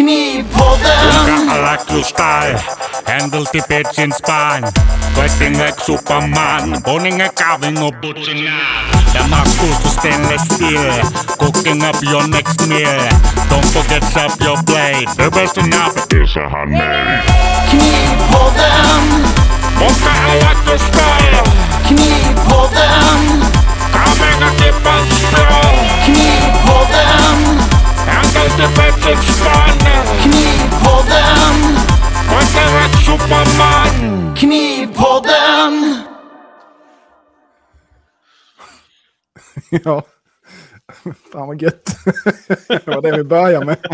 Knivpodden! I like your style. Handle till bitch in spine. Sweating like Superman. Boning a carving or butchering up. Damascus to stainless steel. Cooking up your next meal. Don't forget up your blade. The best enough is a honey. Knivpodden! Mocha, I like your style. Knivpodden! Carving a dip and straw. Knivpodden! Handle till bitch in spine. Knivpodden! Sweating like Superman. Knivpodden! Ja, fan vad gött. Det var det vi började med.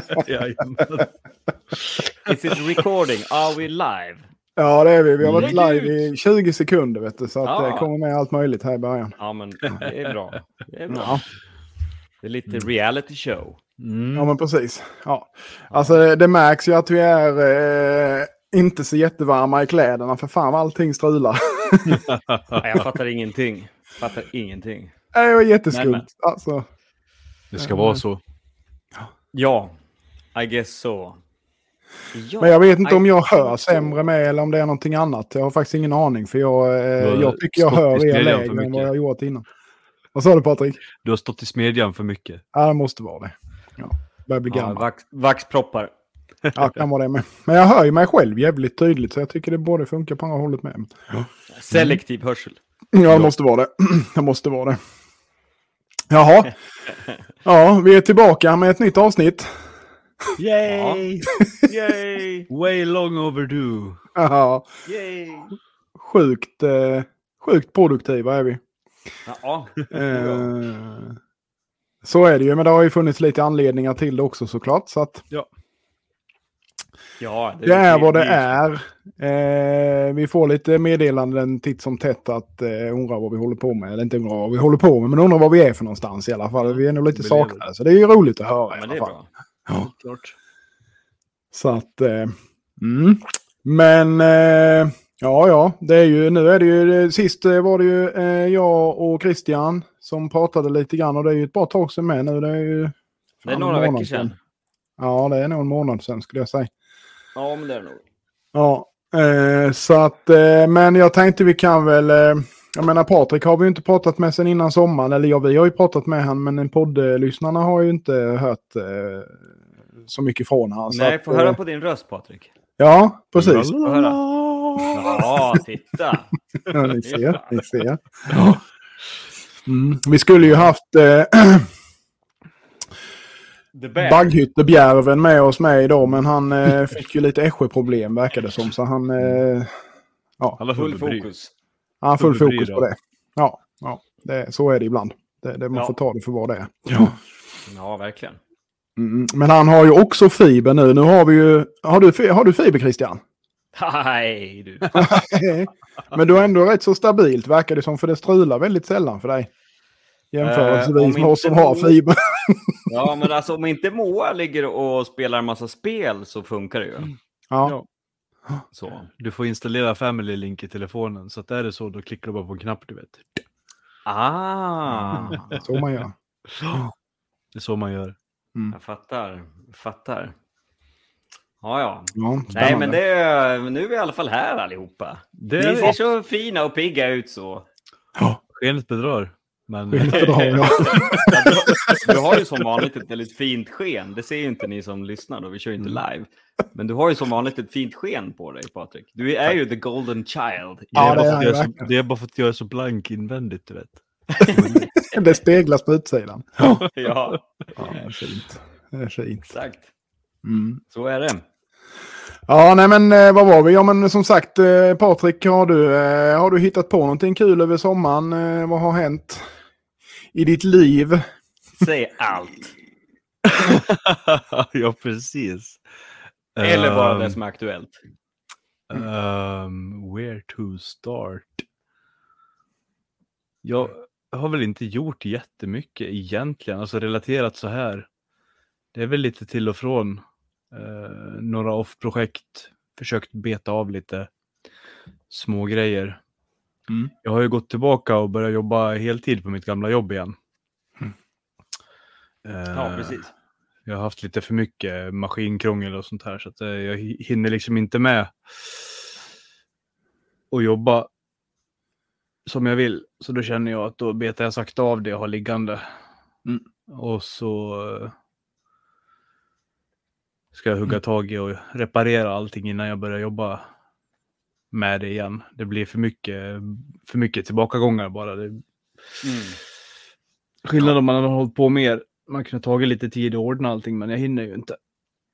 Is it recording? Are we live? Ja, det är vi. Vi har varit live i 20 sekunder, vet du. Så att det kommer med allt möjligt här i början. Ja, men det är bra. Det är bra. Ja. Det är lite reality show. Ja, men precis. Ja. Alltså, det märks ju att vi är inte så jättevarma i kläderna. För fan vad allting strular. Nej, jag fattar ingenting. Det var jätteskumt. Men. Alltså. Det ska vara så. Ja, I guess so. Ja, Men jag vet inte om jag hör sämre med eller om det är någonting annat. Jag har faktiskt ingen aning. För jag tycker jag hör er lägre än vad jag har gjort innan. Vad sa du, Patrik? Du har stått i smedjan för mycket. Ja, det måste vara det. Ja, börjar bli gammal. Ja, vaxproppar. Ja, kan vara det med. Men jag hör ju mig själv jävligt tydligt. Så jag tycker det borde funka på andra hållet med. Ja. Selektiv hörsel. Ja, det måste vara det. Det måste vara det. Jaha. Ja, vi är tillbaka med ett nytt avsnitt. Yay! Yay! Way long overdue. Ja, Yay! sjukt produktiva är vi. Ja. Så är det ju, men det har ju funnits lite anledningar till det också såklart. Så att Ja, det är vad det är. Vi får lite meddelanden titt som tätt att undra vad vi håller på med. Eller inte undra vad vi håller på med, men undra vad vi är för någonstans i alla fall. Vi är nog lite saknade, så det är ju roligt att höra. Ja, men det är bra. Ja, klart. Så att, men ja, det är ju, nu är det ju, sist var det ju jag och Christian som pratade lite grann och det är ju ett bra tag sedan med nu. Det är ju Det är några veckor sedan. Ja, det är nog en månad sedan skulle jag säga. Ja, men det är det nog. Ja, så att, men jag tänkte vi kan väl, jag menar Patrik har vi ju inte pratat med sen innan sommaren, eller ja, vi har ju pratat med han, men poddlyssnarna har ju inte hört så mycket från han. Nej, så får höra på din röst, Patrik. Ja, precis. Får höra. Ja, titta. Ja, ni ser. Ja. Vi skulle ju haft Bagghyttebjärven med oss med idag, men han fick ju lite Ässjö-problem verkade som, så han full fokus. Han full fokus på det. Ja, så är det ibland. Man får ta det för vad det är. Ja, verkligen. Men han har ju också fiber nu. Nu har vi ju... Har du fiber, Christian? Nej, du. Men du är ändå rätt så stabilt, verkar det som, för det strular väldigt sällan för dig. Jämförelsevis med oss som har fiber. Ja, men alltså om inte Moa ligger och spelar en massa spel så funkar det ju. Ja. Så. Du får installera Family Link i telefonen, så att är det så, då klickar du bara på en knapp, du vet. Så man gör. Det är så man gör. Jag fattar. Ja. Nej, men nu är vi i alla fall här allihopa. Ni ser så fina och pigga ut så. Skenet bedrar. Men... Du har ju som vanligt ett väldigt fint sken. Det ser ju inte ni som lyssnar då, vi kör ju inte live. Men du har ju som vanligt ett fint sken på dig, Patrik. Du är ju the golden child. Det är bara för att jag är så blank invändigt, du vet. Det speglas på utsidan. Ja. Det är fint. Exakt. Så är det. Ja, nej men vad var vi? Ja, men som sagt, Patrik, har du hittat på någonting kul över sommaren? Vad har hänt i ditt liv? Säg allt. Ja, precis. Eller bara det som är aktuellt. Where to start? Jag har väl inte gjort jättemycket egentligen. Alltså relaterat så här. Det är väl lite till och från. Några off-projekt. Försökt beta av lite små grejer. Jag har ju gått tillbaka och börjat jobba heltid på mitt gamla jobb igen. Ja, precis. Jag har haft lite för mycket maskinkrångel och sånt här. Så att jag hinner liksom inte med att jobba som jag vill. Så då känner jag att då betar jag sakta av det jag har liggande. Och så ska jag hugga tag i och reparera allting innan jag börjar jobba med det igen. Det blir för mycket tillbakagångar bara. Skillnad om man hade hållit på mer. Man kunde tagit lite tid att ordna allting, men jag hinner ju inte.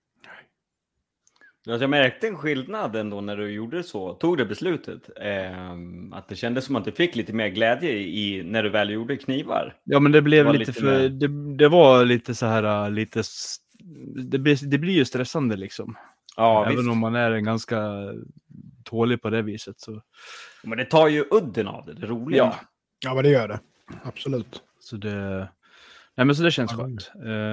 Alltså jag märkte en skillnad ändå när du gjorde så. Tog det beslutet. Att det kändes som att du fick lite mer glädje i när du väl gjorde knivar. Ja, men det blev var lite för... Det var lite så här... Det blir ju stressande liksom. Ja, Även visst. om man är en ganska tålig på det viset. Så. Men det tar ju udden av det roliga. Ja. Ja, men det gör det. Absolut. Så det... Nej, men så det känns skönt.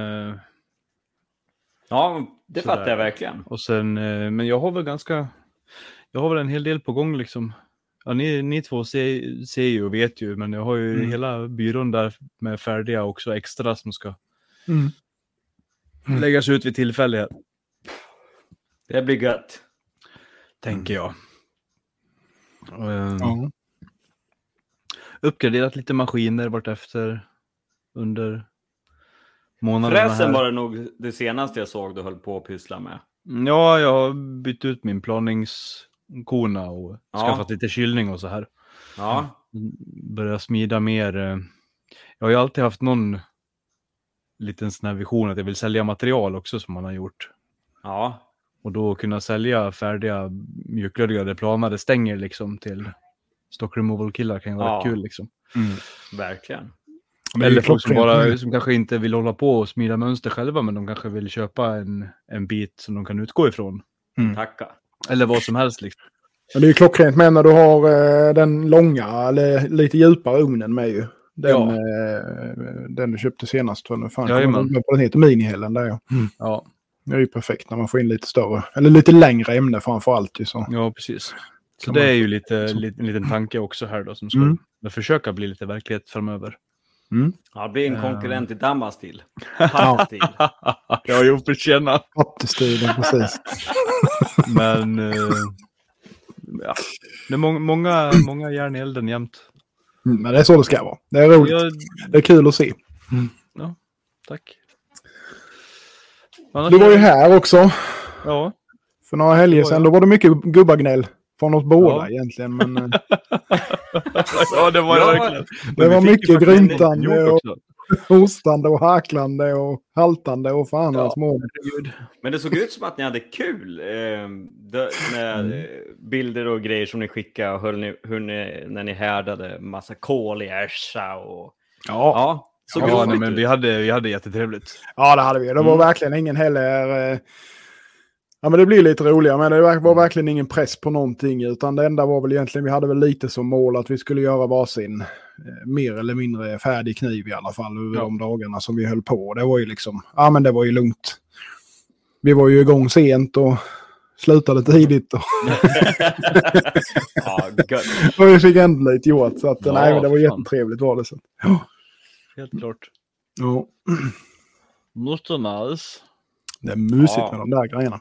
Ja, det Sådär. fattar jag verkligen. Och sen... Men jag har väl en hel del på gång liksom. Ja, ni två ser ju och vet ju, men jag har ju hela byrån där med färdiga också extra som ska läggas ut vid tillfälle. Det blir gött. Tänker jag. Ja. Uppgraderat lite maskiner vartefter under månaderna Fräsen här. var det nog det senaste jag såg du höll på att pyssla med. Ja, jag har bytt ut min planingskona och skaffat lite kylning och så här. Ja. Börja smida mer. Jag har ju alltid haft någon liten sån här vision att jag vill sälja material också som man har gjort. Ja. Och då kunna sälja färdiga mjuklödigade planade stänger liksom till stock removal killar kan ju vara rätt kul liksom. Verkligen. Eller folk som kanske inte vill hålla på och smida mönster själva, men de kanske vill köpa en bit som de kan utgå ifrån. Tacka. Eller vad som helst liksom. Men det är ju klockrent med när du har den långa eller lite djupare ugnen med ju. Den du köpte senast. Fan, på den heter minihällen där. Ja. Det är ju perfekt när man får in lite större, eller lite längre ämne framför allt. Ju, så. Ja, precis. Så det är ju en liten tanke också här då som ska försöka bli lite verklighet framöver. Ja, det blir en konkurrent i Dammastil. Ja, jo, för känna. Hattistilen, precis. Men ja, det är många järn i elden jämt. Men det är så det ska vara. Det är roligt. Det är kul att se. Ja, tack. Du var ju här också. Ja. För några helger sedan. Då var det mycket gubbagnäll. Från oss båda egentligen. Men, ja, det var verkligen. Det var mycket gryntande och hostande och harklande och haltande och fan hans mål. Men det såg ut som att ni hade kul med bilder och grejer som ni skickade och när ni härdade massa kol i ärsa och men vi hade jättetrevligt. Ja, det hade vi. Det var verkligen ingen heller. Ja, men det blir lite roligare, men det var verkligen ingen press på någonting, utan det enda var väl egentligen, vi hade väl lite som mål att vi skulle göra varsin mer eller mindre färdig kniv i alla fall över de dagarna som vi höll på. Det var ju liksom, men det var ju lugnt. Vi var ju igång sent och slutade tidigt. Och och vi fick ändå lite gjort, så att men det var jättetrevligt var det så. Helt klart. Ja. Måste nice. Det är mysigt med de där grejerna.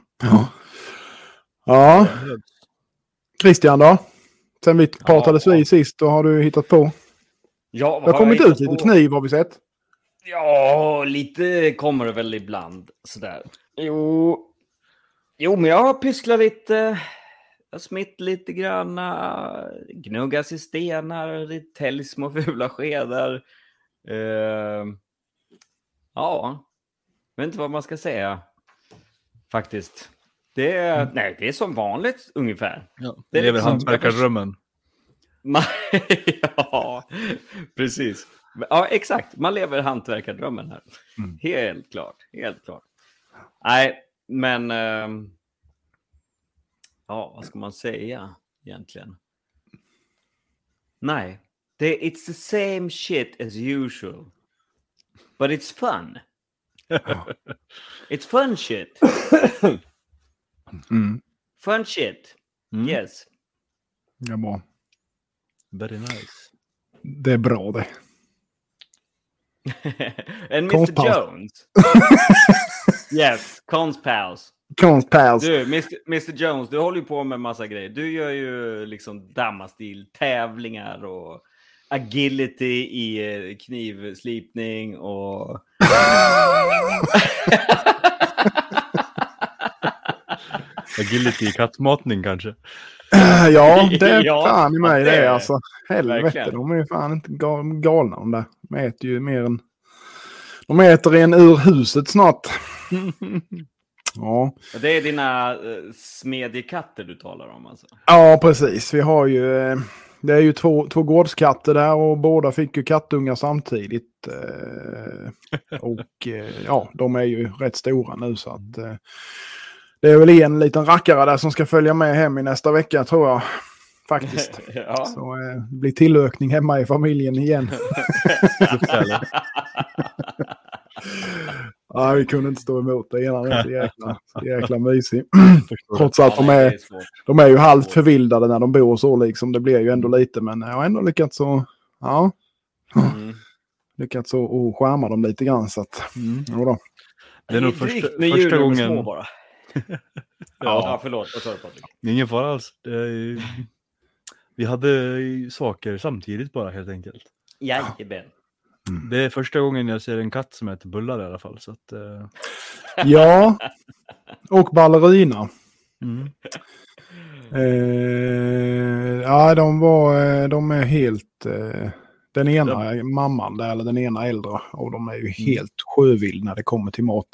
Ja. Christian då? Sen vi pratades vid sist, då har du hittat på? Ja, det har kommit ut lite kniv har vi sett. Ja, lite kommer det väl ibland. Sådär. Jo, men jag har pysslat lite. Jag har smitt lite granna. Gnuggas i stenar. Lite täljs små fula skedar. Ja. Jag vet inte vad man ska säga. Faktiskt. Det är som vanligt ungefär. Ja, det lever liksom, hantverkardrömmen. Ja, precis. Ja, exakt. Man lever hantverkardrömmen här. Helt klart. Nej, men vad ska man säga egentligen? Nej, it's the same shit as usual. But it's fun. It's fun shit. Fun shit. Yes. Ja, bra. Very nice. Det är bra det. And Mr. Konstpaus. Jones. Yes, konstpaus. Konstpaus. Du, Mr. Jones, du håller ju på med massa grejer. Du gör ju liksom damastil, tävlingar och agility i knivslipning och... Agility i kattmatning kanske. Ja, det är Ja, fan i mig det det är- alltså. Helvete, verkligen. de är ju fan inte galna de där. De äter ju mer än... De äter en ur huset snart. Ja. Det är dina smedjekatter du talar om alltså. Ja, precis. Vi har ju... Det är ju två gårdskatter där och båda fick ju kattungar samtidigt. Ja, de är ju rätt stora nu så att... Det är väl en liten rackare där som ska följa med hem i nästa vecka tror jag. Faktiskt. Ja. Så det blir tillökning hemma i familjen igen. Ja, vi kunde inte stå emot det. Ena är så jäkla mysig. Trots att Ja, det är svårt. de är ju halvt förvildade när de bor så liksom. Det blir ju ändå lite, men jag har ändå lyckats så... Ja, Mm. lyckats så att skärma dem lite grann så att... Jo då. Det är nog första gången... Små bara. Ja, förlåt. Vad sa du, Patrik? Ingen fara alls. Vi hade saker samtidigt bara helt enkelt. Jajamän. Det är första gången jag ser en katt som äter bullar i alla fall. Så att, Ja, och ballerina. mm. Ja, de är helt... Den ena mamman där, eller den ena äldre. Och de är ju helt sjövild när det kommer till mat.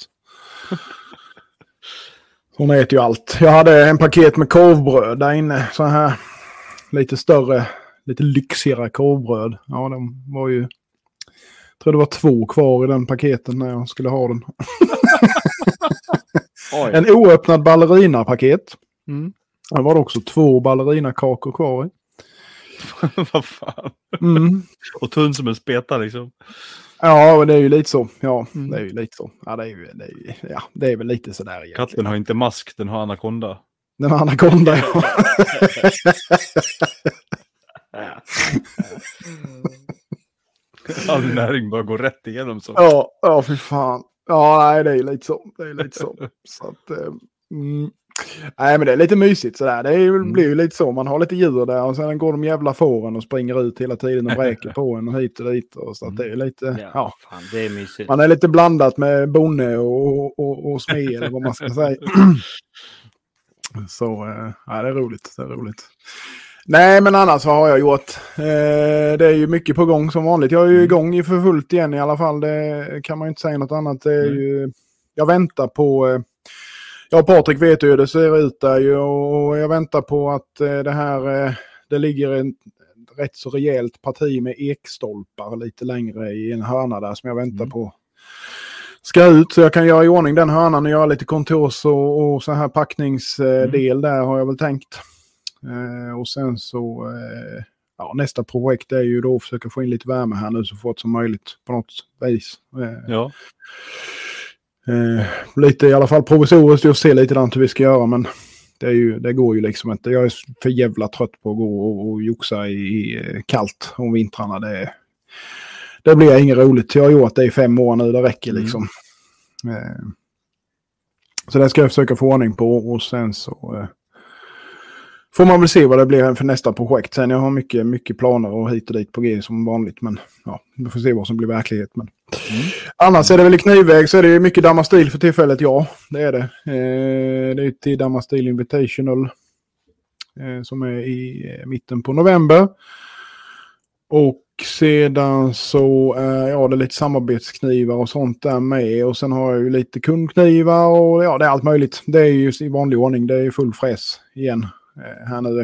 Hon äter ju allt. Jag hade en paket med korvbröd där inne. Så här lite större, lite lyxigare korvbröd. Ja, de var ju... Jag tror det var 2 kvar i den paketen när jag skulle ha den. Oj. En oöppnad ballerina-paket. Mm. Det var också 2 ballerinakakor kvar i. Vad fan. Mm. Och tunn som en speta liksom. Ja, det är ju lite så. Ja, det är ju lite så. Ja, det är väl lite sådär egentligen. Katten har inte mask, den har anakonda. Den anakonda, ja. All näring bara går rätt igenom så. Ja, för fan. Ja, nej, det är lite så. Det är lite så. Så att... Nej, men det är lite mysigt sådär. Det blir ju lite så. Man har lite djur där och sen går de jävla fåren och springer ut hela tiden och bräker på en och hit och dit. Och så att det är lite... Ja. Fan, det är mysigt. Man är lite blandat med bonde och smed eller vad man ska säga. Så ja, det är roligt. Det är roligt. Nej, men annars har jag gjort. Det är ju mycket på gång som vanligt. Jag är ju igång för fullt igen i alla fall. Det kan man ju inte säga något annat. Det är ju, jag väntar på... Ja, Patrik vet ju hur det ser ut där ju. Och jag väntar på att det här... Det ligger en rätt så rejält parti med ekstolpar lite längre i en hörna där som jag väntar på ska ut. Så jag kan göra i ordning den hörnan och göra lite kontors och så här packningsdel där har jag väl tänkt. Och sen så ja, nästa projekt är ju då att försöka få in lite värme här nu så fort som möjligt på något vis. Ja. Lite i alla fall provisoriskt att se lite hur vi ska göra, men det går ju liksom inte. Jag är för jävla trött på att gå och joxa i kallt om vintrarna. Det blir inget roligt. Jag har gjort det i 5 år nu, det räcker liksom. Så det ska jag försöka få ordning på och sen så får man väl se vad det blir för nästa projekt. Sen jag har mycket planer och hit och dit på G som vanligt, men ja, vi får se vad som blir verklighet. Men annars är det väl i knivväg så är det mycket Damastil för tillfället, ja, det är det. Det är till Damastil Invitational som är i mitten på november. Och sedan så ja, det är lite samarbetsknivar och sånt där med. Och sen har jag ju lite kundknivar och ja, det är allt möjligt. Det är ju i vanlig ordning, det är full fräs igen här nu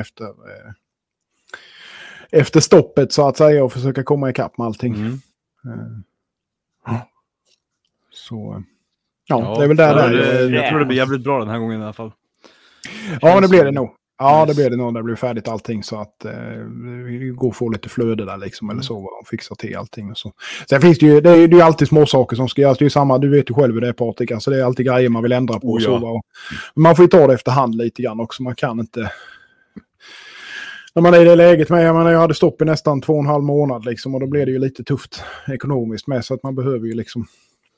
efter stoppet så att säga och försöka komma ikapp med allting. Så ja, det är väl där. Jag tror det blir jävligt bra den här gången i alla fall. Ja, det blir det nog. Ja, det blir det nog när det blir färdigt allting så att vi går och får lite flöde där liksom eller så och fixar till allting och så. Sen finns det är ju alltid små saker som ska göras. Det är ju samma, du vet ju själv hur det är, Patrik. Alltså det är alltid grejer man vill ändra på och så. Och man får ju ta det efterhand lite grann också. Man kan inte när man är i det läget med, jag hade stopp i nästan 2,5 månad liksom, och då blev det ju lite tufft ekonomiskt med, så att man behöver ju liksom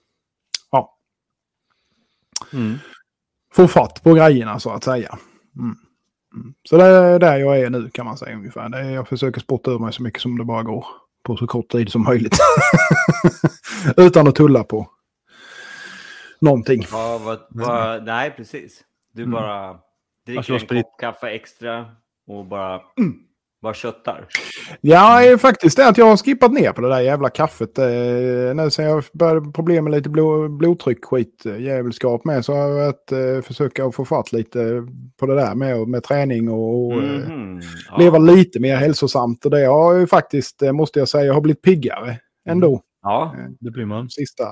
få fatt på grejerna så att säga. Så det är där jag är nu kan man säga ungefär. Jag försöker spotta ur mig så mycket som det bara går på så kort tid som möjligt. Utan att tulla på någonting. Ja, nej, precis. Du bara dricker en kopp kaffe extra och bara köttar. Ja, är faktiskt det att jag har skippat ner på det där jävla kaffet. Nu sen jag började problem med lite blodtryck, skit, jävelskap med, så har jag att försöka få fatt lite på det där med träning och leva lite mer hälsosamt. Och det har ju faktiskt, måste jag säga, har blivit piggare ändå. Ja, det blir man.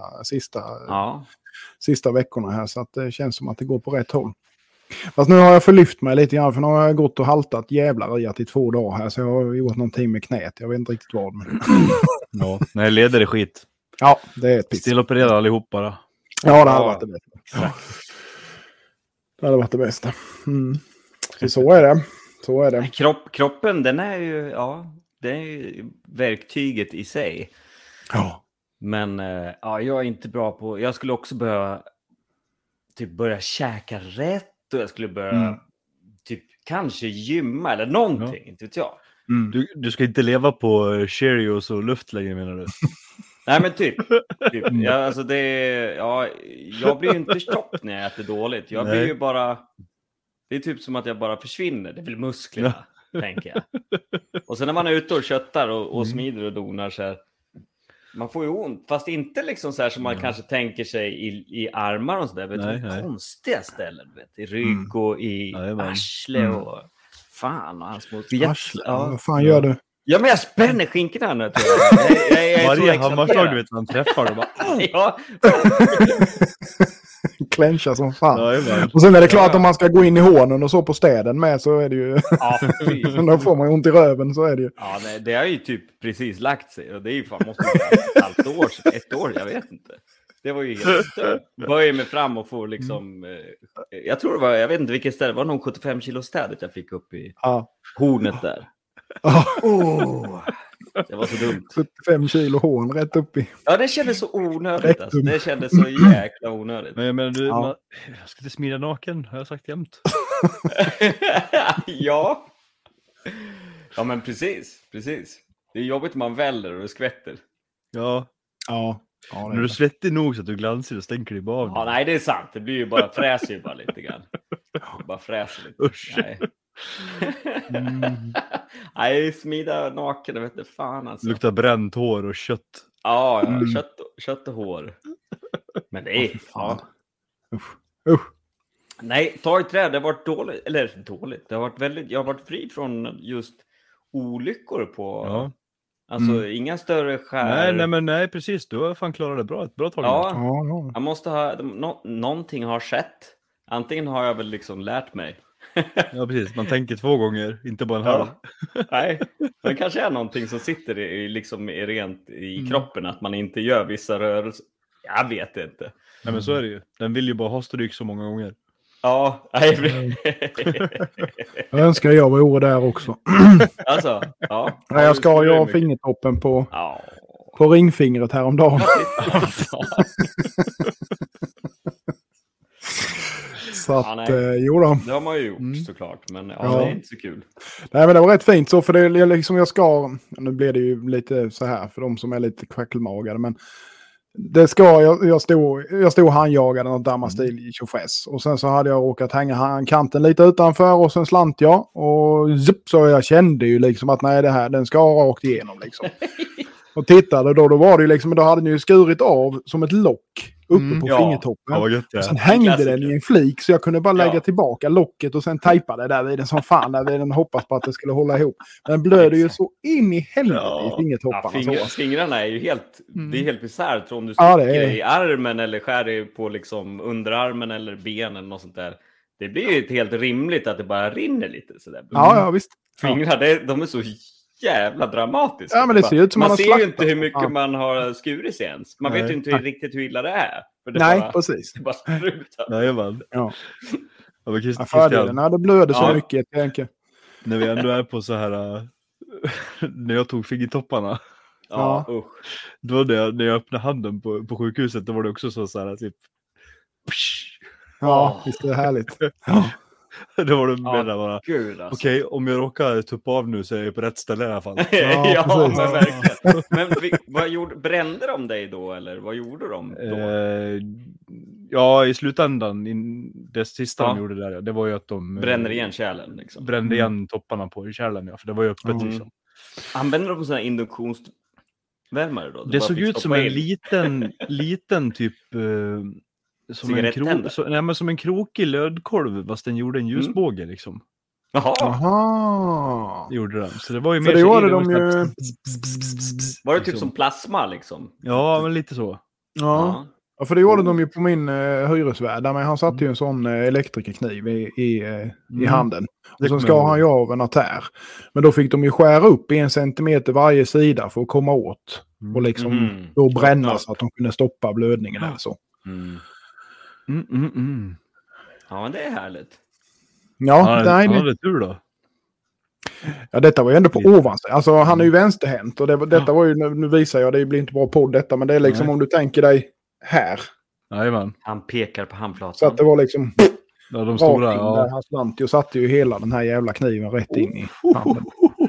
Sista veckorna här, så att det känns som att det går på rätt håll. Fast nu har jag förlyft mig lite grann, för nu har jag gått och haltat jävlar i 2 dagar här, så jag har gjort någonting med knät. Jag vet inte riktigt vad. Men... Ja, när leder det skit. Ja, det är ett piss. Stilloperera allihopa då. Ja, det hade varit det bästa. Det hade varit det bästa. Så är det. Så är det. Kroppen, den är ju, det är ju verktyget i sig. Ja. Men jag är inte bra på, jag skulle också behöva typ börja käka rätt, och jag skulle börja typ kanske gymma eller någonting, inte vet jag. Du ska inte leva på Cheerios och luft längre, menar du? Nej, men typ. Jag blir ju inte tjock när jag äter dåligt. Jag blir ju bara, det är typ som att jag bara försvinner. Det blir musklerna, tänker jag. Och sen när man är ute och köttar och smider och donar så här, man får ju ont, fast inte liksom så här som man kanske tänker sig i armar och sådär. Nej. Konstiga ställen, vet, i rygg och i arsle och fan och hans mot arsle. Vad fan gör du? Ja, men jag spänner skinkorna nu. Varje hammarslag, du vet, man träffar och bara... Ja. Clencha som fan. Och sen är det klart, om man ska gå in i hånen och så på städen med, så är det ju... Ja, då får man ju ont i röven, så är det ju. Ja, det har ju typ precis lagt sig. Och det är ju fan, måste vara ett år, jag vet inte. Det var ju helt stört. Böjer mig fram och får liksom... jag tror det var, jag vet inte vilket ställe, det var nog 75 kilo städet jag fick upp i hornet där. Det var så dumt. 75 kilo hån rätt upp i. Ja, det kändes så onödigt. Alltså. Det kändes så jäkla onödigt. Men du, jag ska inte smida naken, har jag sagt jämt. Ja, men precis. Det är jobbigt när man väller och skvätter. Ja, när du är svettig nog så att du glansar och stänker dig bara av. Ja, nej, det är sant. Det blir ju bara, fräser ju bara lite grann. Bara fräser lite. Usch. Nej. Nej, smida naken, det vet inte fan alltså. Luktar bränt hår och kött. Ja, kött och hår. Men det är fan. Usch. Nej, ta i trä, det har varit dåligt. Eller dåligt, det har varit väldigt, jag har varit fri från just olyckor på... Alltså inga större skär. Nej, precis. Du har fan klarat det bra. Ett bra tag. Ja. Jag måste ha... någonting har skett. Antingen har jag väl liksom lärt mig. Ja, precis. Man tänker 2 gånger, inte bara en halv. Nej, det kanske är någonting som sitter liksom rent i kroppen, att man inte gör vissa rörelser. Jag vet inte. Nej, men så är det ju. Den vill ju bara ha stryk så många gånger. Ja, jag önskar jag var där också. Alltså, jag skar ju av fingertoppen på ringfingret häromdagen. Så att, jo då. Det har man ju gjort såklart, men det är inte så kul. Nej, men det var rätt fint så, för det liksom jag skar, nu blir det ju lite så här för de som är lite kvackelmagade, men det ska, jag stod handjagade något dammastil i tjofräs, och sen så hade jag råkat hänga kanten lite utanför, och sen slant jag och så jag kände ju liksom att nej, det här, den ska rakt igenom liksom. Och tittade då var det ju liksom, då hade den ju skurit av som ett lock uppe på fingertoppen. Och sen hängde den i en flik, så jag kunde bara lägga tillbaka locket och sen tejpa det där vid den som fan, där vid den, hoppas på att det skulle hålla ihop. Men den blöder ju så in i helvete i fingertopparna. Fingrarna är ju helt, det är helt bisarrt om du sticker i armen eller skär på liksom underarmen eller benen eller något sånt där. Det blir ju helt rimligt att det bara rinner lite sådär. Ja, visst. Fingrar, de är så jävla dramatiskt. Ja, men det ser ut som man ser ju inte hur mycket man har skurit sig ens. Man vet ju inte riktigt hur illa det är. För det precis. Det bara sprutar. Nej, man. Ja. Fördelen, det blöder så mycket, jag tänker. När vi ändå är på så här... när jag tog fingertopparna. Ja, Ja. usch. Då när jag öppnade handen på sjukhuset, då var det också så här typ... Ja, visst är det härligt. Ja. Då var det Ja, med bara... Gud alltså. Okej, om jag råkar tuppa av nu så är jag på rätt ställe i alla fall. Ja, precis. men verkligen. Men brände de dig då, eller vad gjorde de då? Ja, i slutändan, det sista Ja. de gjorde där, det var ju att de... Bränner igen kärlen liksom. Brände igen topparna på kärlen, ja, för det var ju öppet Mm. liksom. Använder de sådana här induktionsvärmare då? Du Det bara såg fick ut som stoppa en in. liten typ... som Cigarettänder? som en krokig lödkolv, fast den gjorde en ljusbåge liksom. Jaha, Jaha. Gjorde den. Så det var ju För mer... det så- gjorde var de så här- ju... var det typ liksom. som plasma liksom? Ja, men lite så. Ja. Ja, för det gjorde de ju på min hyresvärd. Där, men han satte ju en sån elektrikerkniv i handen. Och Det sen kommer skar jag ihåg. han ju av en artär. Men då fick de ju skära upp 1 centimeter varje sida för att komma åt. Och liksom Mhm. då bränna så att de kunde stoppa blödningen eller så. Mm. Mm. Ja, men det är härligt. Ja, Han nej, hade tur då. ja, detta var ju ändå på ovansidan. Alltså han är ju vänsterhänt. Och detta var ju, nu visar jag, det blir inte bra podd detta. Men det är liksom Nej. om du tänker dig här. Jajamän. Han pekar på Så handflatan. att det var liksom Ja, de rakt stora, in där. ja. Han slant ju och satte ju hela den här jävla kniven rätt in i handen.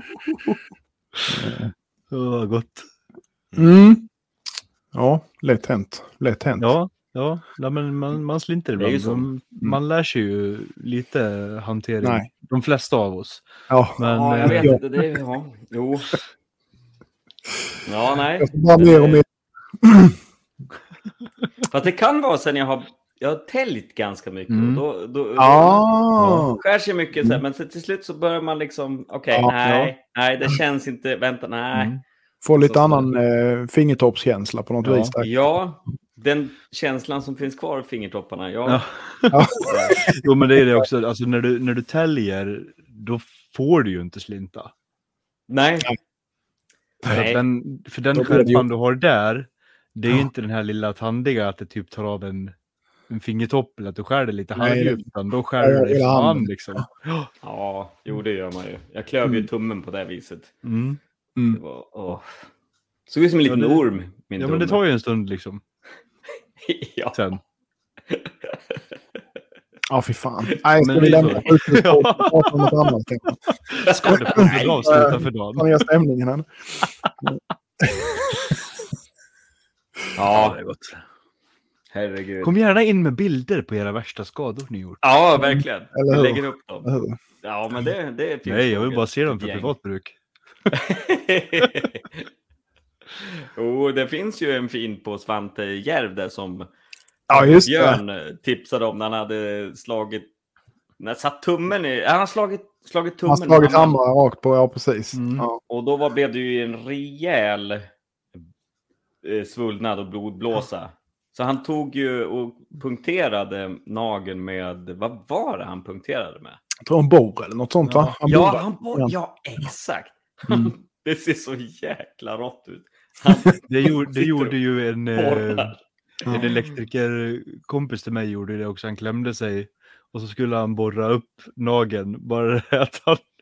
Ja, gott. Mm. Ja, lätt hänt. Lätt hänt. Ja, men man slinter Det är ju ibland. så. Man lär sig ju lite hantering. Nej. De flesta av oss. Ja. Men Ja, jag vet ja. inte. Det är, ja, jo. Ja, nej. Jag får bara mer och mer. Fast det kan vara sen jag har täljt ganska mycket. Mm. Och då Ah. skär sig mycket. Så här, men så till slut så börjar man liksom, okej, Ja, nej, det känns inte, vänta, nej. Mm. Får lite Så- annan fingertoppskänsla på något Ja. vis. Där. Ja, den känslan som finns kvar i fingertopparna. Ja. Ja. Jo, men det är det också. Alltså när du täljer, då får du ju inte slinta. Nej. För Nej. den Då blir det skärpan ju- du har där, det är ju Ja. inte den här lilla tandiga att det typ tar av en fingertopp eller att du skär det lite Nej, halvdjupt, utan då skär Ja, du dig hela fan handen. liksom. Ja, jo det gör man ju. Jag klöv ju tummen på det viset. Mm. Det var, såg ut som en liten Ja, det- orm. Min Ja, men det tumme. tar ju en stund liksom. Ja. Sen. Ja, fy fan. Nej, ska Men vi det är lämna så. sjukhuspodden och prata om något annat? tänker jag. Ska det på avsluta för dagen? Ta ner stämningen här. Ja, det är gott. herregud. Kom gärna in med bilder på era värsta skador ni gjort. Ja, verkligen. Eller Vi hur? lägger upp dem. Eller hur? Ja, men det finns Nej, jag vill nog bara ett se dem för gäng. privat bruk. Det finns ju en fin på Svante Järv där som Ja, just det. Björn tipsade om när han hade slagit. När satt tummen i. Han har slagit tummen. Han har slagit i handen. hammaren rakt på, ja precis. Mm. Ja. Och då blev det ju en rejäl svullnad och blodblåsa. Så han tog ju och punkterade nageln med, vad var det han punkterade med? Jag tror en borr eller något sånt va? Han borrar. Ja, exakt. Mm. Det ser så jäkla rått ut. Det gjorde ju en borrar. elektrikerkompis till mig gjorde det också. Han klämde sig och så skulle han borra upp nageln. Bara det att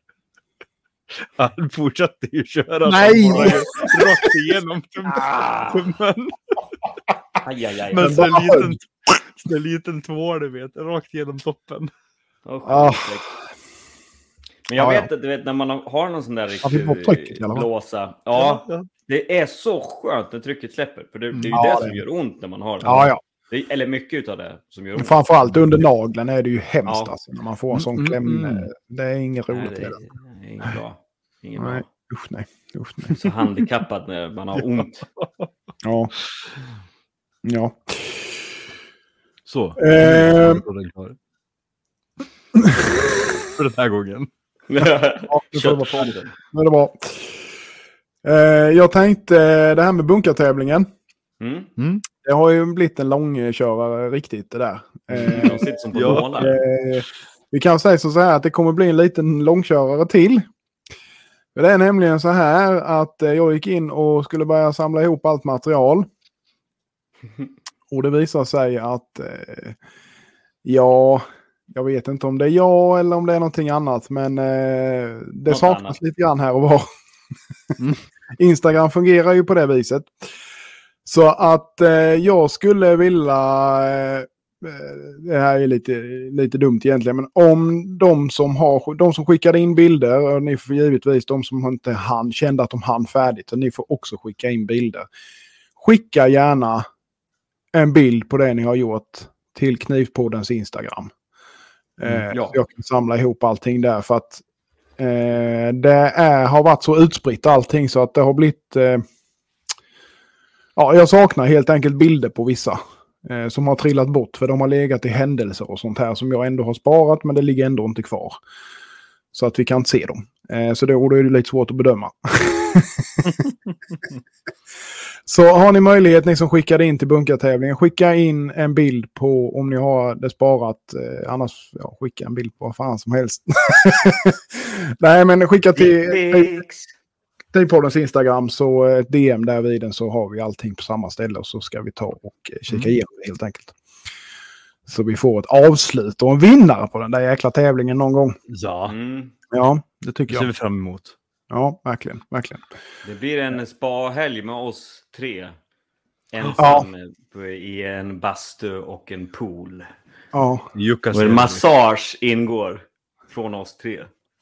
han fortsatte ju köra. Nej! Han borrade ju rakt igenom tummen. Aj, aj, aj. Men så bara en liten tvål, du vet. Rakt genom toppen. Ah. Men jag Ja, vet att du vet när man har någon sån där Ja, vi får trycket i alla fall. blåsa. Ja, det är så skönt när trycket släpper. För det är ju Ja, det det som är. gör ont när man har det. Ja, ja. Eller mycket av det som gör Men ont. framförallt under nageln är det ju hemskt Ja. alltså, när man får en sån kläm. Det är inget Nej, roligt. det Det är inget bra. Inget bra. Nej, usch nej. Usch nej. Så handikappad när man har ont. Ja. Ja. Så. Eh. För den här gången. Ja, nu får det vara på. Köttfärden. Nu är det bra. Jag tänkte det här med bunkartävlingen. Mm. Det har ju blivit en långkörare riktigt det där. De sitter som på Ja. nålar. Vi kan säga så här att det kommer bli en liten långkörare till. Det är nämligen så här att jag gick in och skulle börja samla ihop allt material. Och det visar sig att ja, Jag vet inte om det är jag eller om det är någonting annat. Men det Något saknas annat. lite grann här och var. Instagram fungerar ju på det viset. Så att jag skulle vilja... det här är lite dumt egentligen. Men om de som skickade in bilder. Och ni får givetvis de som inte kände att de hann färdigt. Så ni får också skicka in bilder. Skicka gärna en bild på det ni har gjort till Knivpoddens Instagram. Ja. Så jag kan samla ihop allting där för att det har varit så utspritt allting så att det har blivit jag saknar helt enkelt bilder på vissa som har trillat bort för de har legat i händelser och sånt här som jag ändå har sparat men det ligger ändå inte kvar. Så att vi kan inte se dem. Så då är det lite svårt att bedöma. Så har ni möjlighet, ni som skickade in till bunkartävlingen, skicka in en bild på om ni har det sparat. Annars skicka en bild på vad fan som helst. Nej, men skicka till poddens Instagram så DM där vid den så har vi allting på samma ställe och så ska vi ta och kika igenom det helt enkelt. Så vi får ett avslut och en vinnare på den där jäkla tävlingen någon gång. Ja, Ja, det tycker det ser vi jag. fram emot. Ja, verkligen, verkligen. Det blir en spa-helg med oss 3. Ensam i en bastu och en pool. Ja, Jukka Och en massage ingår från oss 3.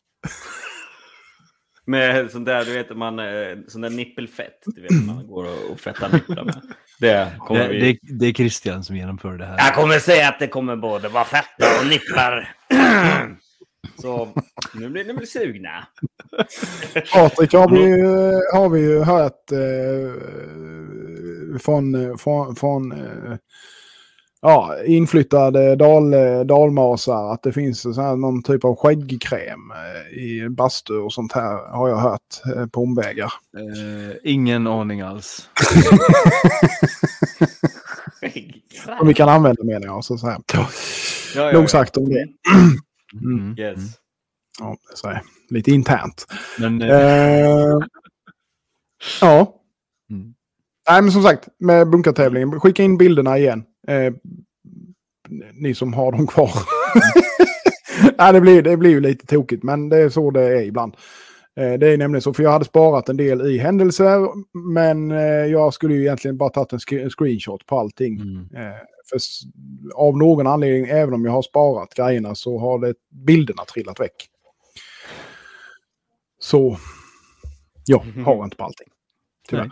Med sån där, du vet, sån där nippelfett. Du vet, man går och fettar nipplar med. Det kommer vi... Det är Christian som genomför det här. Jag kommer säga att det kommer både vara fetta och nipplar. Så nu blir ni väl sugna. Patrik har vi ju hört från inflyttade dalmasar att det finns så här någon typ av skäggkräm i bastu och sånt här har jag hört på omvägar. Ingen aning alls. Som vi kan använda menar jag. Så här. Nog sagt om det. Yes. Ja, så här. Lite internt. Men, ja. Nej, men som sagt, med bunkartävlingen, skicka in bilderna igen. Ni som har dem kvar. Nej, det blir ju lite tokigt, men det är så det är ibland. Det är nämligen så, för jag hade sparat en del i händelser, men jag skulle ju egentligen bara tagit en screenshot på allting. För av någon anledning, även om jag har sparat grejerna, så har bilderna trillat väck. Så jag har inte på allting. Tyvärr.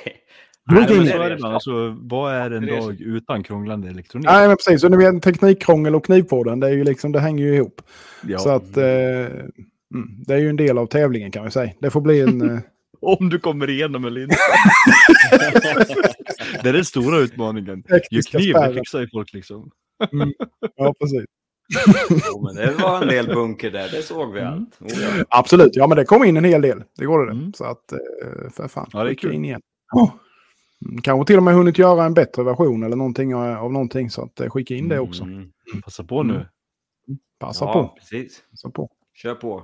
Vad är en dag utan krånglande elektronik? Nej, men precis. Så nu är teknikkrångel och knivpodden, det är ju liksom, det hänger ju ihop. Ja. Så att det är ju en del av tävlingen kan vi säga. Det får bli en... Om du kommer igenom eller inte. Det är den stora utmaningen. Ju kniv fixar ju folk liksom. Ja, precis. Men det var en del bunker där, det såg vi allt. Absolut, ja men det kom in en hel del. Det går det. Så att, för fan. Ja, det är kul. In igen. Kanske till och med hunnit göra en bättre version eller någonting av någonting så att skicka in det också. Passa på nu. Passa på. Precis. Passa på. Kör på.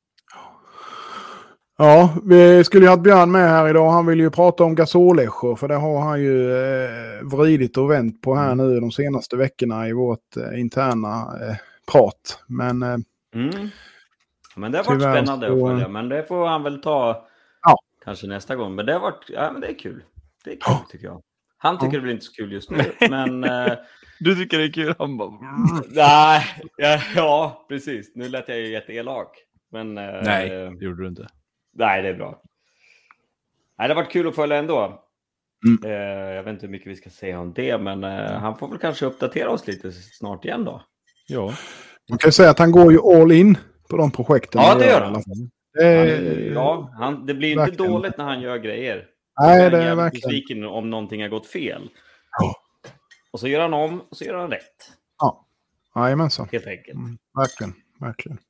Ja, vi skulle ju ha Björn med här idag. Han vill ju prata om gasoläschor för det har han ju vridit och vänt på här nu de senaste veckorna i vårt interna prat. Men men det har varit spännande att följa, men det får han väl ta kanske nästa gång. Men det har varit, men det är kul. Det är kul tycker jag. Han tycker det blir inte så kul just nu, men... Du tycker det är kul, han bara... Nej, ja, precis. Nu lät jag ju jätteelak. Men... Nej, det gjorde du inte. Nej, det är bra. Nej, det har varit kul att följa ändå. Jag vet inte hur mycket vi ska säga om det, men han får väl kanske uppdatera oss lite snart igen då. Ja. Man kan säga att han går ju all in på de projekten. Ja, det gör han. Det, det blir inte dåligt när han gör grejer. Nej, det är verkligen verkligen. Om någonting har gått fel. Ja. Och så gör han om och så gör han rätt. Ja, jajamensan. Helt enkelt. Verkligen, verkligen.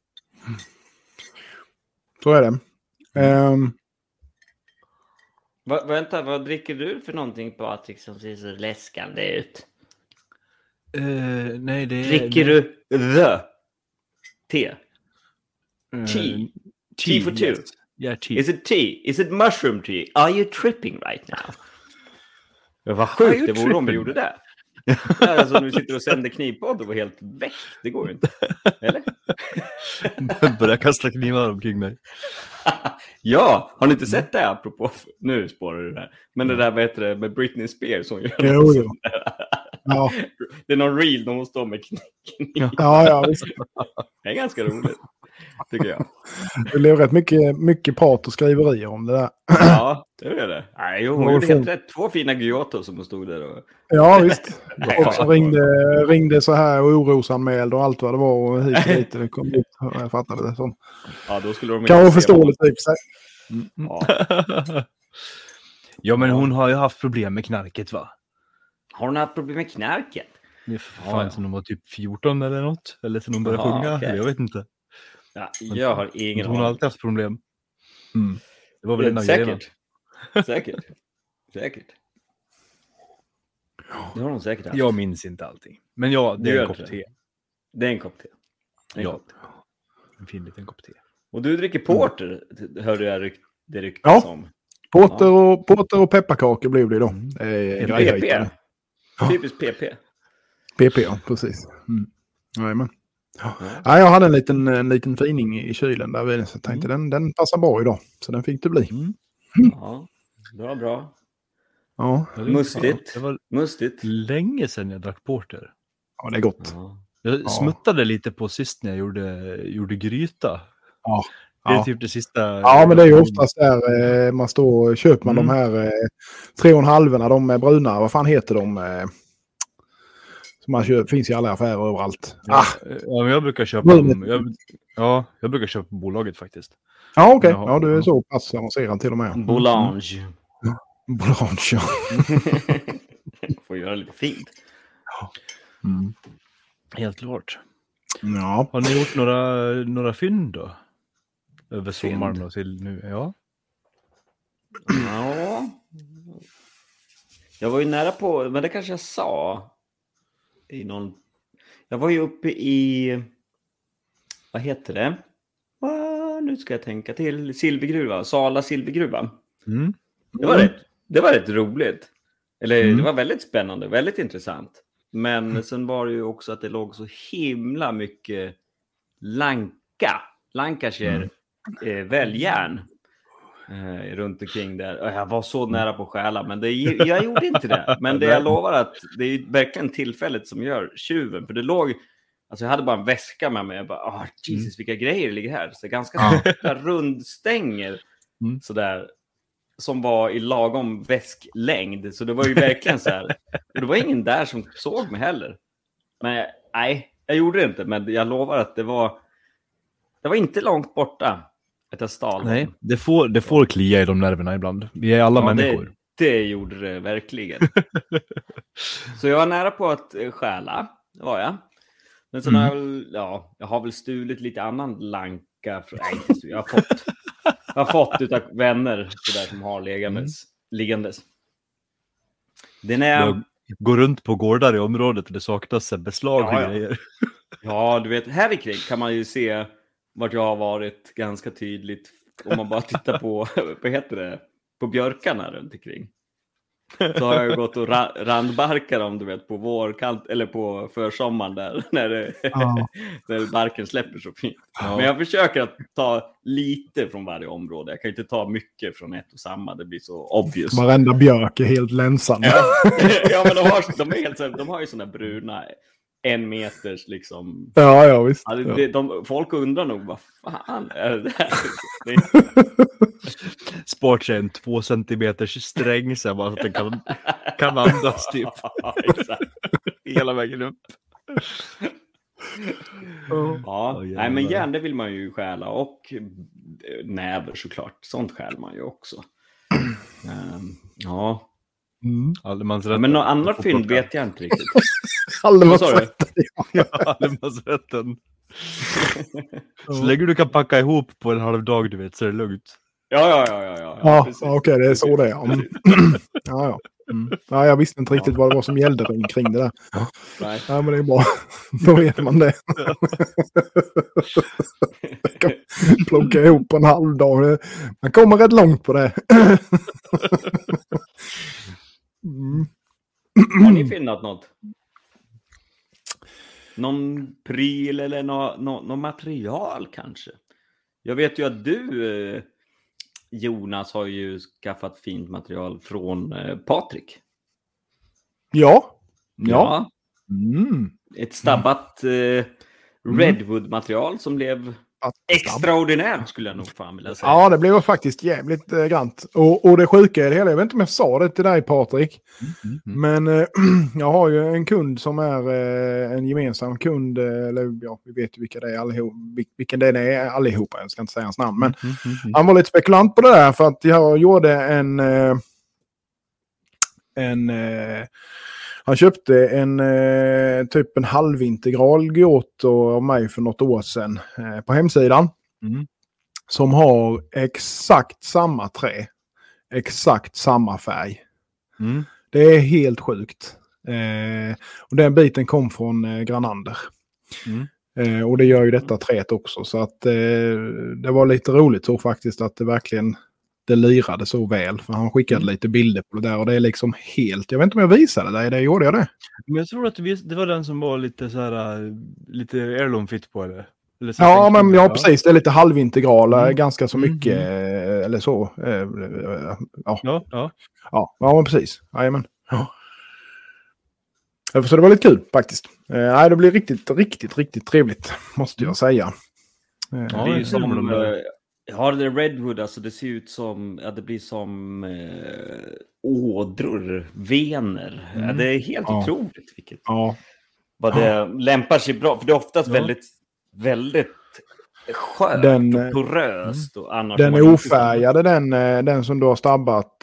Så är det. Vänta, vad dricker du för någonting, Patrik, som ser så läskande ut? Nej, det är... Dricker du the te? Tea? Tea for two? Yes. Yeah, tea. Is it tea? Is it mushroom tea? Are you tripping right now? Vad sjukt det vore om vi gjorde det. Alltså när vi sitter och sänder knivpodd och var helt väck. Det går ju inte. Eller? Börjar kasta knivar omkring mig. Ja, har ni inte sett det apropå? Nu spårar du det här. Men det där bättre med Britney Spears som gör Jo. Ja. Det är någon reel de måste stå med kniv. Ja, visst. Det är ganska roligt, tycker jag. Det blev rätt mycket prat och skriverier om det där. Ja, det är det. Nej, hon gjorde helt rätt. 2 fina Giotto som stod där. Och... Ja, visst. Och så ringde så här och orosanmälde och allt vad det var. Och hit och dit. Det kom ut, jag fattade det som. Ja, då skulle de kan vara förståeligt i sig. Ja. Ja, men hon har ju haft problem med knarket, va? Har hon haft problem med knarket? Det är fan som hon var typ 14 eller något. Eller sen hon började sjunga. Okay. Jag vet inte. Ja, jag har ingen Hon har alltid haft problem. Det var väl en säkert. Säkert. Det har hon säkert haft. Jag minns inte allting. Men ja, det är en kopp te. Det är en kopp te. En fin liten kopp te. Och du dricker porter, hörde jag det ryktas om. Porter och pepparkakor blev det då. PP. Typiskt PP. PP, ja, precis. Jajamän. Ja, jag hade en liten fining i kylen där vid, så jag tänkte den passar bra idag. Så den fick det bli. Ja, bra. Ja. Mustigt. Det var mustigt. Länge sedan jag drack porter. Ja, det är gott. Jag smuttade lite på sist när jag gjorde gryta. Ja. Det är typ det sista. Ja, men det är ju oftast där man står och köper man de här 3,5-orna, de är bruna. Vad fan heter de? Som man köper, finns i alla affärer överallt. Ja, men jag brukar köpa dem. Jag brukar köpa bolaget faktiskt. Ja, okej. Ja, du är så pass avancerad till och med. Boulange. Boulange. Får göra lite fint. Helt klart. Ja. Har ni gjort några fynd då? Över sommaren och till nu, ja. Jag var ju nära på, men det kanske jag sa i någon... Jag var ju uppe i... Vad heter det? Nu ska jag tänka till. Silvergruva, Sala silvergruva. Det var rätt roligt. Eller det var väldigt spännande, väldigt intressant. Men sen var det ju också att det låg så himla mycket Lancashire väljärn runt omkring där. Och jag var så nära på att stjäla, men jag gjorde inte det. Men det jag lovar att det är verkligen tillfället som gör tjuven. För det låg, alltså jag hade bara en väska med mig. Jag bara, Jesus, vilka grejer ligger här. Så ganska stora rundstänger sådär. Som var i lagom väsklängd. Så det var ju verkligen så här. Och det var ingen där som såg mig heller. Men nej, jag gjorde det inte. Men jag lovar att det var inte långt borta. Att jag stal. Nej, det får klia i de nerverna ibland. Vi är alla människor. Det gjorde det verkligen. Så jag var nära på att stjäla. Det var jag. Men sen jag har väl stulit lite annan lanka. Jag har fått utav vänner så där som har liggandes. Jag går runt på gårdar i området och det saknas beslag och grejer. Ja, du vet, här i kring kan man ju se vart jag har varit ganska tydligt. Om man bara tittar på, vad heter det, på björkarna runt omkring. Så har jag gått och randbarkar dem, du vet, på vårkant eller på försommaren där när barken släpper så fint. Ja. Men jag försöker att ta lite från varje område. Jag kan inte ta mycket från ett och samma, det blir så obvious. Varenda björk är helt länsam. Ja, men de har ju såna bruna 1 meters liksom. Ja, visst. Folk undrar nog, vad fan är det där? Spart sig en 2 centimeters sträng så bara att den kan andas typ. Hela vägen upp. Nej, men järn, det vill man ju stjäla. Och näver såklart. Sånt stjäl man ju också. Men någon annan fynd vet jag inte riktigt. Allemansrätten. Så länge du kan packa ihop på en halv dag, du vet, så är det lugnt. Ja, okej, det är så det är. Ja. Ja, jag visste inte riktigt vad det var som gällde kring det där. Nej. Ja, men det är bra. Då vet man det. Jag kan plocka ihop på en halv dag. Man kommer rätt långt på det. Har ni finnat något? någon pryl eller någon material kanske? Jag vet ju att du, Jonas, har ju skaffat fint material från Patrik. Ja. Ja. Mm. Ett stabbat Redwood-material som blev extraordinärt, skulle jag nog fan vilja säga. Ja, det blev faktiskt jävligt grant. Och det sjuka är det hela, jag vet inte om jag sa det till dig, Patrik. Men jag har ju en kund som är en gemensam kund, eller ja, vi vet ju vilka det är allihop, vilken det är allihopa, jag ska inte säga hans namn. Men han var lite spekulant på det där, för att jag gjorde han köpte typ en halvintegral Giotto av mig för något år sedan på hemsidan. Som har exakt samma trä. Exakt samma färg. Det är helt sjukt. Och den biten kom från Granander. Och det gör ju detta träet också. Så att det var lite roligt så faktiskt att det verkligen... Det lirade så väl, för han skickade lite bilder på det där och det är liksom helt... Jag vet inte om jag visade dig det, gjorde jag det? Men jag tror att det var den som var lite så här, lite heirloom-fit på det. Ja, men ja, precis. Det är lite halvintegral, ganska så mycket, eller så. Ja, men precis. Jajamän. Ja. Så det var lite kul faktiskt. Det blir riktigt trevligt, måste jag säga. Ja, det är ju som... Ja, det är Redwood, alltså det ser ut som, det blir som ådror, vener. Ja, det är helt otroligt vilket. Vad det lämpar sig bra, för det är oftast väldigt skört och poröst. Och annars den är ofärgade, den som du har stabbat.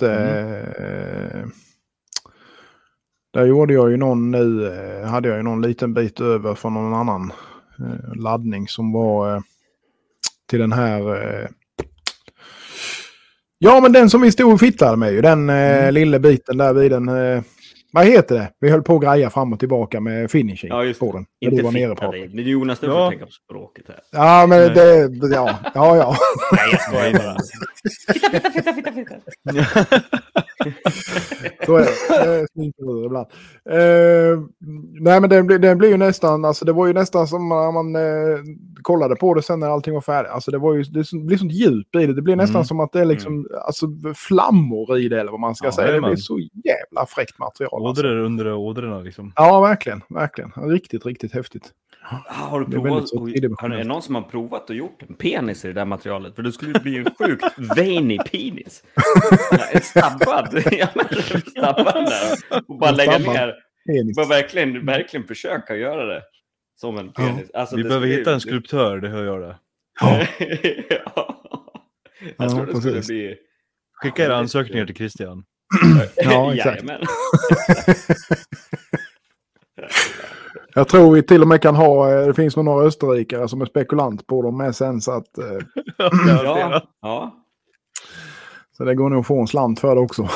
Där gjorde jag ju hade jag ju någon liten bit över från någon annan laddning som var... till den här... Ja, men den som vi stod och fittade med ju. Den lilla biten där vid den... vad heter det? Vi höll på att greja fram och tillbaka med finishing på den. Inte var nere på det. Det är Jonas, du får tänka på språket här. Ja, men det... Ja. Nej, jag skojar bara. Fitta. Så är det. Sminkar ibland. Nej, men det blir ju nästan... Alltså det var ju nästan som när man kollade på det sen när allting var färdigt. Alltså det blir sånt djup i det. Det blir nästan som att det är liksom alltså, flammor i det, eller vad man ska säga. Det blir så jävla fräckt material. Ådror under ådrorna liksom. Ja, verkligen. Riktigt häftigt. Har du provat? Är det någon som har provat och gjort en penis i det där materialet? För det skulle bli en sjukt veiny penis. En stabbad där. Och bara lägga ner. Bara verkligen försöka göra det som en penis. Alltså, vi behöver hitta en skulptör, det hör jag det. Jag tror det skulle bli... Skicka era ansökningar till Christian. Ja, exakt. Jag tror vi till och med kan ha, det finns nog några österrikare som är spekulant på dem med sen, så att... Ja. Så det går nog att få en slant för det också.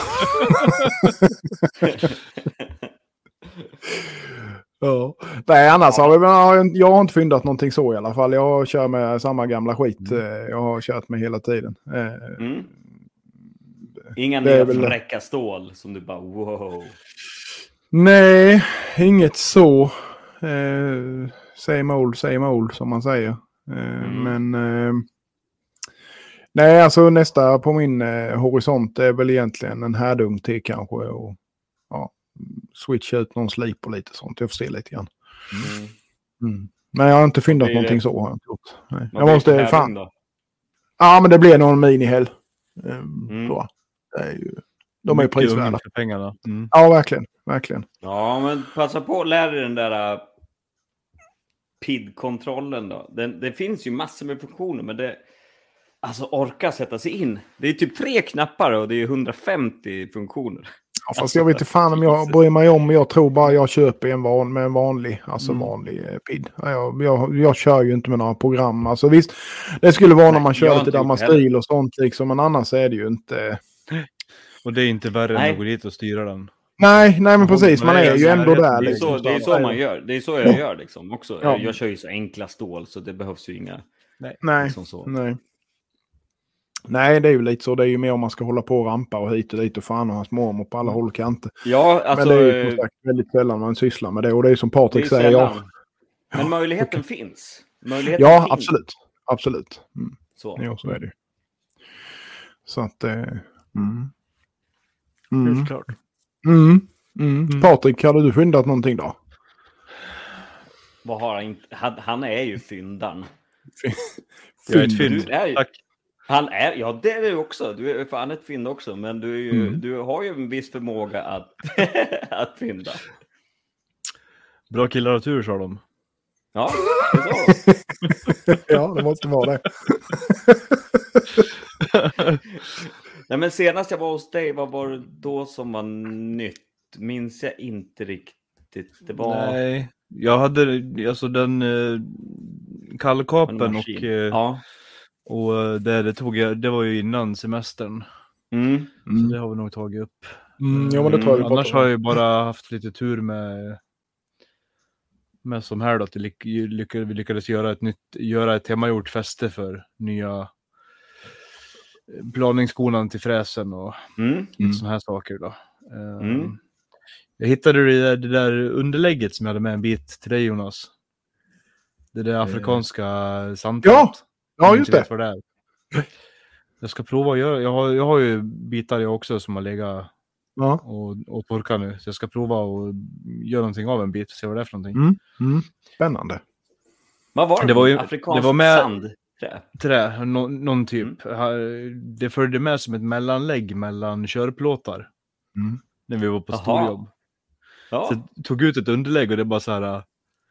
Ja. Nej, annars jag har inte fyndat någonting så i alla fall. Jag kör med samma gamla skit. Jag har kört med hela tiden. Inga nya fräcka stål som du bara wow. Nej, inget så. Same old som man säger. Men nej, alltså nästa på min horisont är väl egentligen en härdung till kanske, och switcha ut någon slip och lite sånt. Jag får se lite grann. Men jag har inte fyndat någonting så. Har jag gjort. Nej. Jag måste fan. Då? Ja, men det blir någon mini-hell. Det är ju, de är ju prisvärda. För pengarna. Ja, verkligen. Ja, men passa på att lära dig den där PID-kontrollen då. Det finns ju massor med funktioner, men det alltså orka sätta sig in. Det är typ 3 knappar och det är 150 funktioner. Ja, fast jag vet inte fan om jag bryr mig om. Jag tror bara jag köper en vanlig PID. Jag kör ju inte med några program. Alltså visst, det skulle vara när man kör lite Damastil och sånt liksom, men annars är det ju inte... Och det är inte värre än att gå dit och styra den. Nej, men precis. Man är ju ändå där. Det är så man gör. Det är så jag gör liksom också. Ja. Jag kör ju så enkla stål, så det behövs ju inga... Nej, liksom så. Nej, det är ju lite så. Det är ju mer om man ska hålla på och rampa och hit och dit och fan och hans mormor på alla håll och kanter. Ja, alltså... Men det är ju som sagt väldigt sällan man sysslar med det. Och det är som Patrik säger, Men möjligheten finns. Möjligheten Ja, finns. absolut. Absolut. Så. Ja, så är det. Så att... Helt klart. Patrik, hade du fyndat någonting då? Vad har han inte? Han är ju fyndan. Jag är ett fynd. Du är ju... Tack. Han är, ja det är du också. Du är fan ett fynd också. Men du, är ju, du har ju en viss förmåga att, att fynda. Bra killar och tur, sa de. Ja, det är så. Ja, det måste vara det. Nej, men senast jag var hos dig, vad var det då som var nytt? Minns jag inte riktigt. Det var... Nej, jag hade alltså den kallkapen och, ja. och det tog jag, det var ju innan semestern. Så det har vi nog tagit upp. Ja, men det tror jag Annars har jag ju bara haft lite tur med som här då, att vi lyckades göra ett hemmagjort fäste för nya planingskonan till fräsen och såna här saker då. Jag hittade det där underlägget som jag hade med en bit till dig, Jonas. Det där afrikanska samtalet. Ja, just det. Vad det är. Jag ska prova att göra. Jag har ju bitar jag också som har legat och torkat nu. Så jag ska prova att göra någonting av en bit och se vad det är för någonting. Spännande. Vad var det? Det var ju afrikansk det var med sandträ? Någon typ. Det följde med som ett mellanlägg mellan körplåtar. När vi var på storjobb. Ja. Så jag tog ut ett underlägg och det bara så här.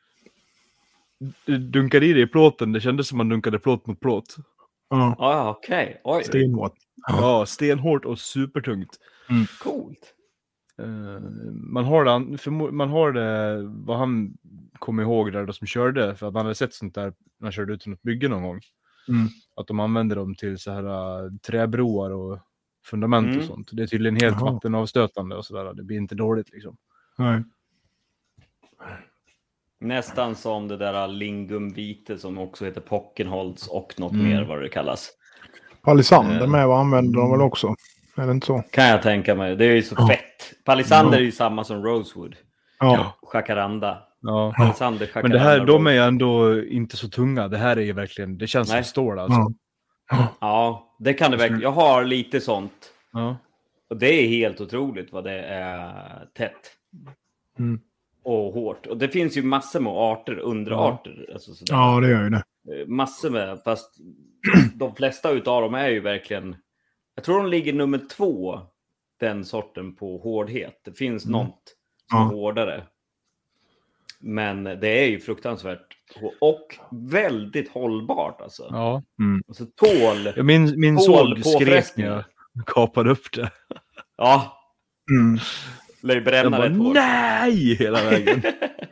Dunkade i det i plåten. Det kändes som man dunkade plåt mot plåt. Ja, okej. Oj. Stenhårt. Ja, stenhårt och supertungt. Coolt. Man har det vad han kom ihåg där då som körde, för att man hade sett sånt där när han körde ut något bygge någon gång. Att de använder dem till så här träbroar och fundament och sånt. Det är tydligen helt vattenavstötande och sådär. Det blir inte dåligt liksom. Nej. Nästan som det där lingumvite som också heter Pockenholz och något mer vad det kallas. Palisander med vad använder de väl också? Är det inte så? Kan jag tänka mig. Det är ju så fett. Palisander är ju samma som Rosewood. Ja. Jacaranda. Ja. Palisander, Jacaranda. Men det här, de är ju ändå inte så tunga. Det här är ju verkligen, det känns som stål alltså. Ja, det kan det verkligen. Jag har lite sånt. Ja. Och det är helt otroligt vad det är tätt. Och hårt. Och det finns ju massor med arter, underarter. Alltså sådär. Ja, det gör ju det. Massor med, fast de flesta utav dem är ju verkligen... Jag tror de ligger nummer 2, den sorten på hårdhet. Det finns något som är hårdare. Men det är ju fruktansvärt. Och väldigt hållbart alltså. Ja. Alltså tål... Min såg skrek när jag kapade upp det. Ja. Lär ju bränna det tål. Nej! Hela vägen.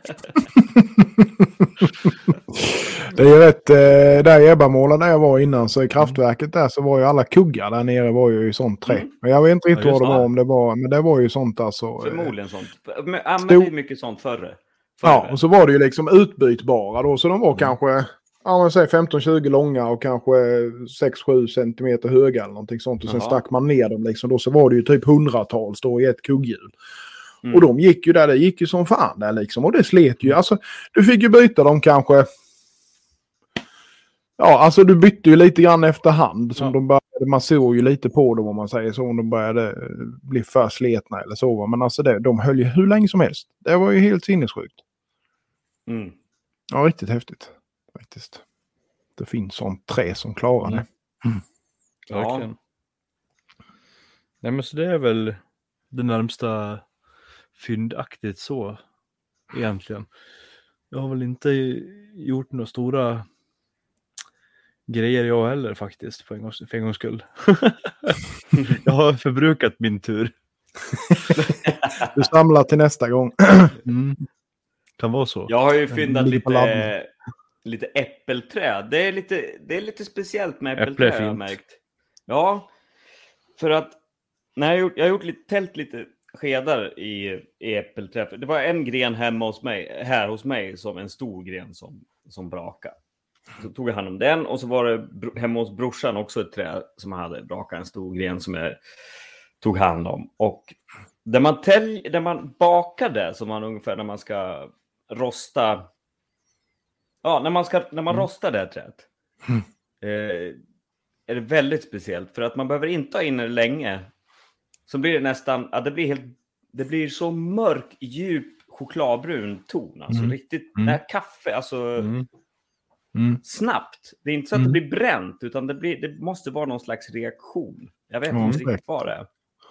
Det är ju rätt, där i Ebbamåla där jag var innan, så i kraftverket där så var ju alla kuggar där nere var ju i sånt trä. Men jag vet inte riktigt vad det var, om det var, men det var ju sånt alltså. Förmodligen sånt. Men använde mycket sånt förr. Ja, och så var det ju liksom utbytbara då, så de var kanske, ja man säger 15-20 långa och kanske 6-7 centimeter höga eller någonting sånt. Och sen stack man ner dem liksom, då så var det ju typ 100-tals då i ett kugghjul. Och de gick ju där, det gick ju som fan där liksom. Och det slet ju, alltså du fick ju byta dem kanske. Ja, alltså du bytte ju lite grann efterhand. Som de började, man såg ju lite på dem om man säger så. Om de började bli för sletna eller så. Men alltså de höll ju hur länge som helst. Det var ju helt sinnessjukt. Ja, riktigt häftigt. Faktiskt. Det finns sånt trä som klarar det. Verkligen. Nej, men så det är väl det närmsta fyndaktigt så egentligen. Jag har väl inte gjort några stora grejer jag heller faktiskt för en gångs skull. Jag har förbrukat min tur. Du samlar till nästa gång. Kan vara så. Jag har ju fyndat lite äppelträd. Det är lite speciellt med äppelträd har jag märkt. Ja, för att när jag har gjort lite skedar i äppelträd. Det var en gren här hos mig som en stor gren som brakade. Så tog jag hand om den, och så var det hemma hos brorsan också ett träd som hade brakat en stor gren som jag tog hand om. Och där man bakade, som man ungefär när man ska rosta Ja, när man rostar det här träet. Är det väldigt speciellt. För att man behöver inte ha in det länge. Så blir det nästan, det blir så mörk, djup chokladbrun ton. Alltså riktigt, det här kaffe, alltså snabbt. Det är inte så att det blir bränt, utan det måste vara någon slags reaktion. Jag vet inte riktigt vad det är.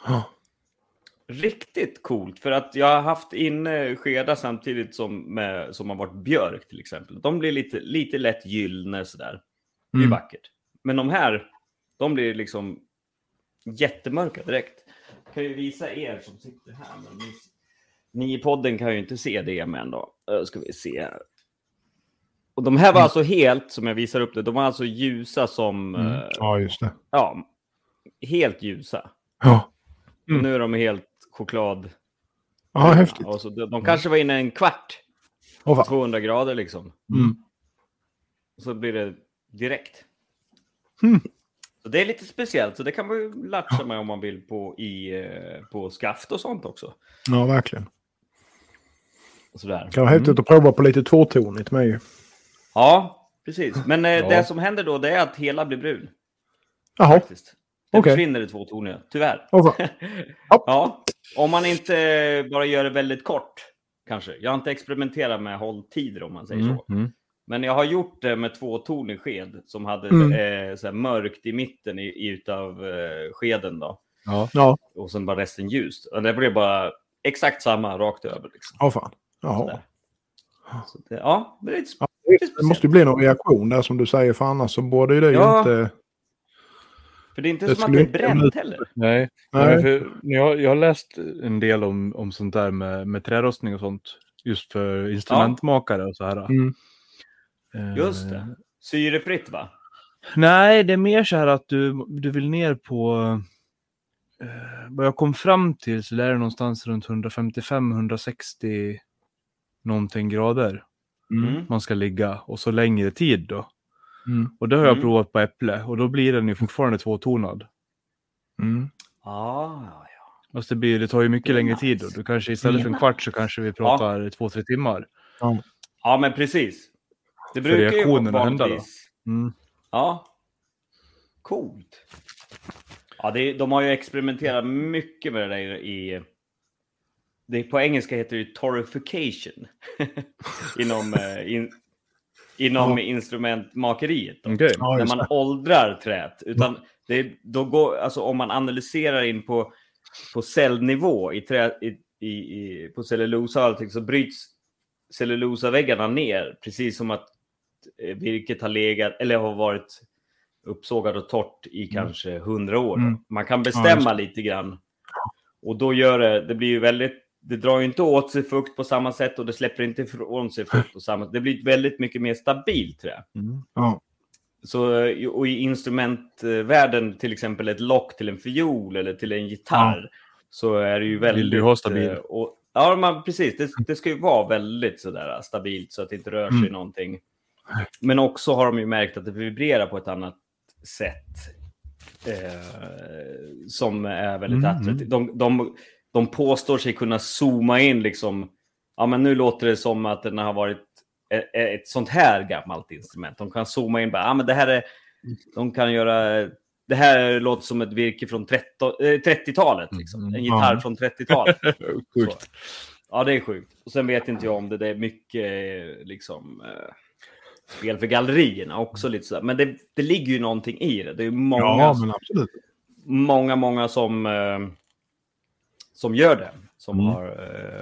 Riktigt coolt, för att jag har haft inne skedar samtidigt som har varit björk till exempel. De blir lite lätt gyllene sådär. Det är vackert. Men de här, de blir liksom jättemörka direkt. Jag kan ju visa er som sitter här. Men ni i podden kan ju inte se det, men då ska vi se här. Och de här var alltså helt, som jag visar upp det, de var alltså ljusa som... Ja, just det. Ja, helt ljusa. Ja. Och nu är de helt choklad. Ja, häftigt. Och så, de kanske var inne en kvart. 200 grader liksom. Och så blir det direkt. Så det är lite speciellt. Så det kan man ju latcha med om man vill på skaft och sånt också. Ja, verkligen. Sådär. Kan vara häftigt att prova på lite tvåtonigt med ju. Ja, precis. Men det som händer då, det är att hela blir brun. Jaha. Det Okej. försvinner det tvåtoniga, tyvärr. Ja, om man inte bara gör det väldigt kort, kanske. Jag har inte experimenterat med hålltider, om man säger så. Men jag har gjort det med tvåtonig sked som hade så här mörkt i mitten utav skeden då. Ja. Och sen bara resten ljust. Och det blev bara exakt samma rakt över. Liksom. Ja, fan. Jaha. Så det, ja, det är lite Det måste ju bli någon reaktion där som du säger, för annars så borde det ju inte... För det är inte som att det är bränt heller. Nej. För jag har läst en del om sånt där med trärostning och sånt. Just för instrumentmakare och så här. Just det. Syrefritt, va? Nej, det är mer så här att du vill ner på... vad jag kom fram till så är det någonstans runt 155-160 någonting grader. Man ska ligga. Och så längre tid då. Och det har jag provat på äpple. Och då blir den ju fortfarande tvåtonad. Alltså det tar ju mycket längre tid då. Du kanske istället för en kvart så kanske vi pratar 2-3 timmar. Ja, men precis. Det brukar ju vara vanligtvis. Ja. Coolt. Ja, de har ju experimenterat mycket med det där på engelska heter det torrefication. inom instrumentmakeriet. Okay. När man åldrar träet. Utan då går, alltså om man analyserar in på cellnivå på cellulosa och allting, så bryts cellulosaväggarna ner. Precis som att virket har legat eller har varit uppsågat och torrt i kanske 100 år. Man kan bestämma lite grann. Och då gör det blir ju väldigt, det drar ju inte åt sig fukt på samma sätt och det släpper inte ifrån sig fukt på samma sätt. Det blir väldigt mycket mer stabilt, tror jag. Så, och i instrumentvärlden, till exempel ett lock till en fiol eller till en gitarr, så är det ju väldigt... Vill du ha stabil? Precis. Det ska ju vara väldigt sådär stabilt så att det inte rör sig någonting. Men också har de ju märkt att det vibrerar på ett annat sätt som är väldigt attraktivt. De påstår sig kunna zooma in liksom, ja men nu låter det som att den har varit ett sånt här gammalt instrument. De kan zooma in bara, men det här är, de kan göra, det här låter som ett virke från 30-talet liksom. En gitarr från 30-talet. Sjukt. Så. Ja, det är sjukt. Och sen vet inte jag om det är mycket liksom spel för gallerierna också lite sådär. Men det ligger ju någonting i det. Det är många, men absolut. många som gör det. Som har,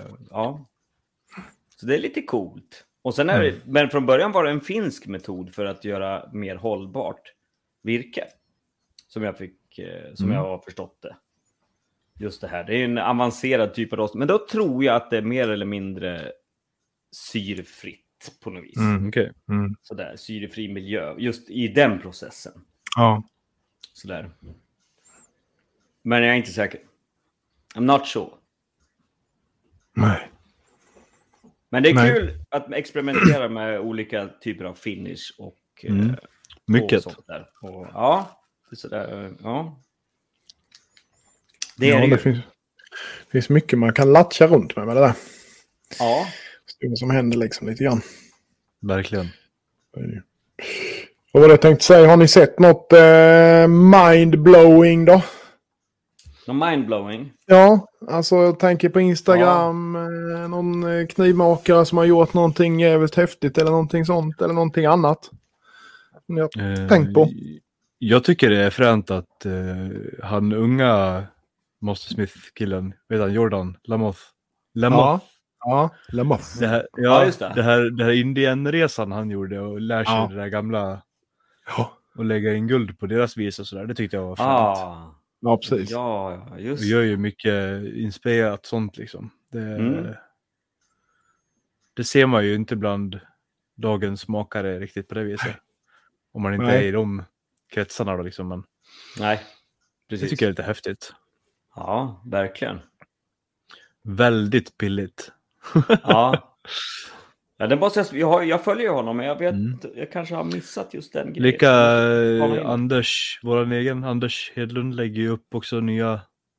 Så det är lite coolt. Och sen är det, men från början var det en finsk metod för att göra mer hållbart virke. Som jag har förstått det. Just det här. Det är en avancerad typ av rost. Men då tror jag att det är mer eller mindre syrefritt på något vis. Sådär, syrefri miljö. Just i den processen. Ja. Sådär. Men jag är inte säker. I'm not sure. Nej. Men det är kul att experimentera med olika typer av finish och mycket. Och sånt där. Och, det är sådär, Det är det finns mycket man kan latcha runt med det där. Ja. Det som händer liksom lite grann. Verkligen. Så är det ju. Och vad jag tänkte säga, har ni sett något mind-blowing då? Någon mindblowing? Ja, alltså jag tänker på Instagram, någon knivmakare som har gjort någonting jävligt häftigt eller någonting sånt eller någonting annat. Som jag tänkt på. Jag tycker det är fränt att han unga Master Smith-killen, vet han, Jordan Lamoth. Ja, Lamoth. Just det. Det här Indien-resan han gjorde och lär sig det där gamla och lägga in guld på deras vis och sådär. Det tyckte jag var fränt. Ja, precis. Ja, just och gör ju mycket inspirerat sånt liksom. Det ser man ju inte bland dagens makare riktigt på det viset. Om man inte är i de kretsarna då liksom. Men Nej, precis. Det tycker jag är lite häftigt. Ja, verkligen. Väldigt billigt. Ja. Det måste jag följer honom, men jag vet jag kanske har missat just den grejen. Lika Anders, våran egen Anders Hedlund lägger ju upp också nya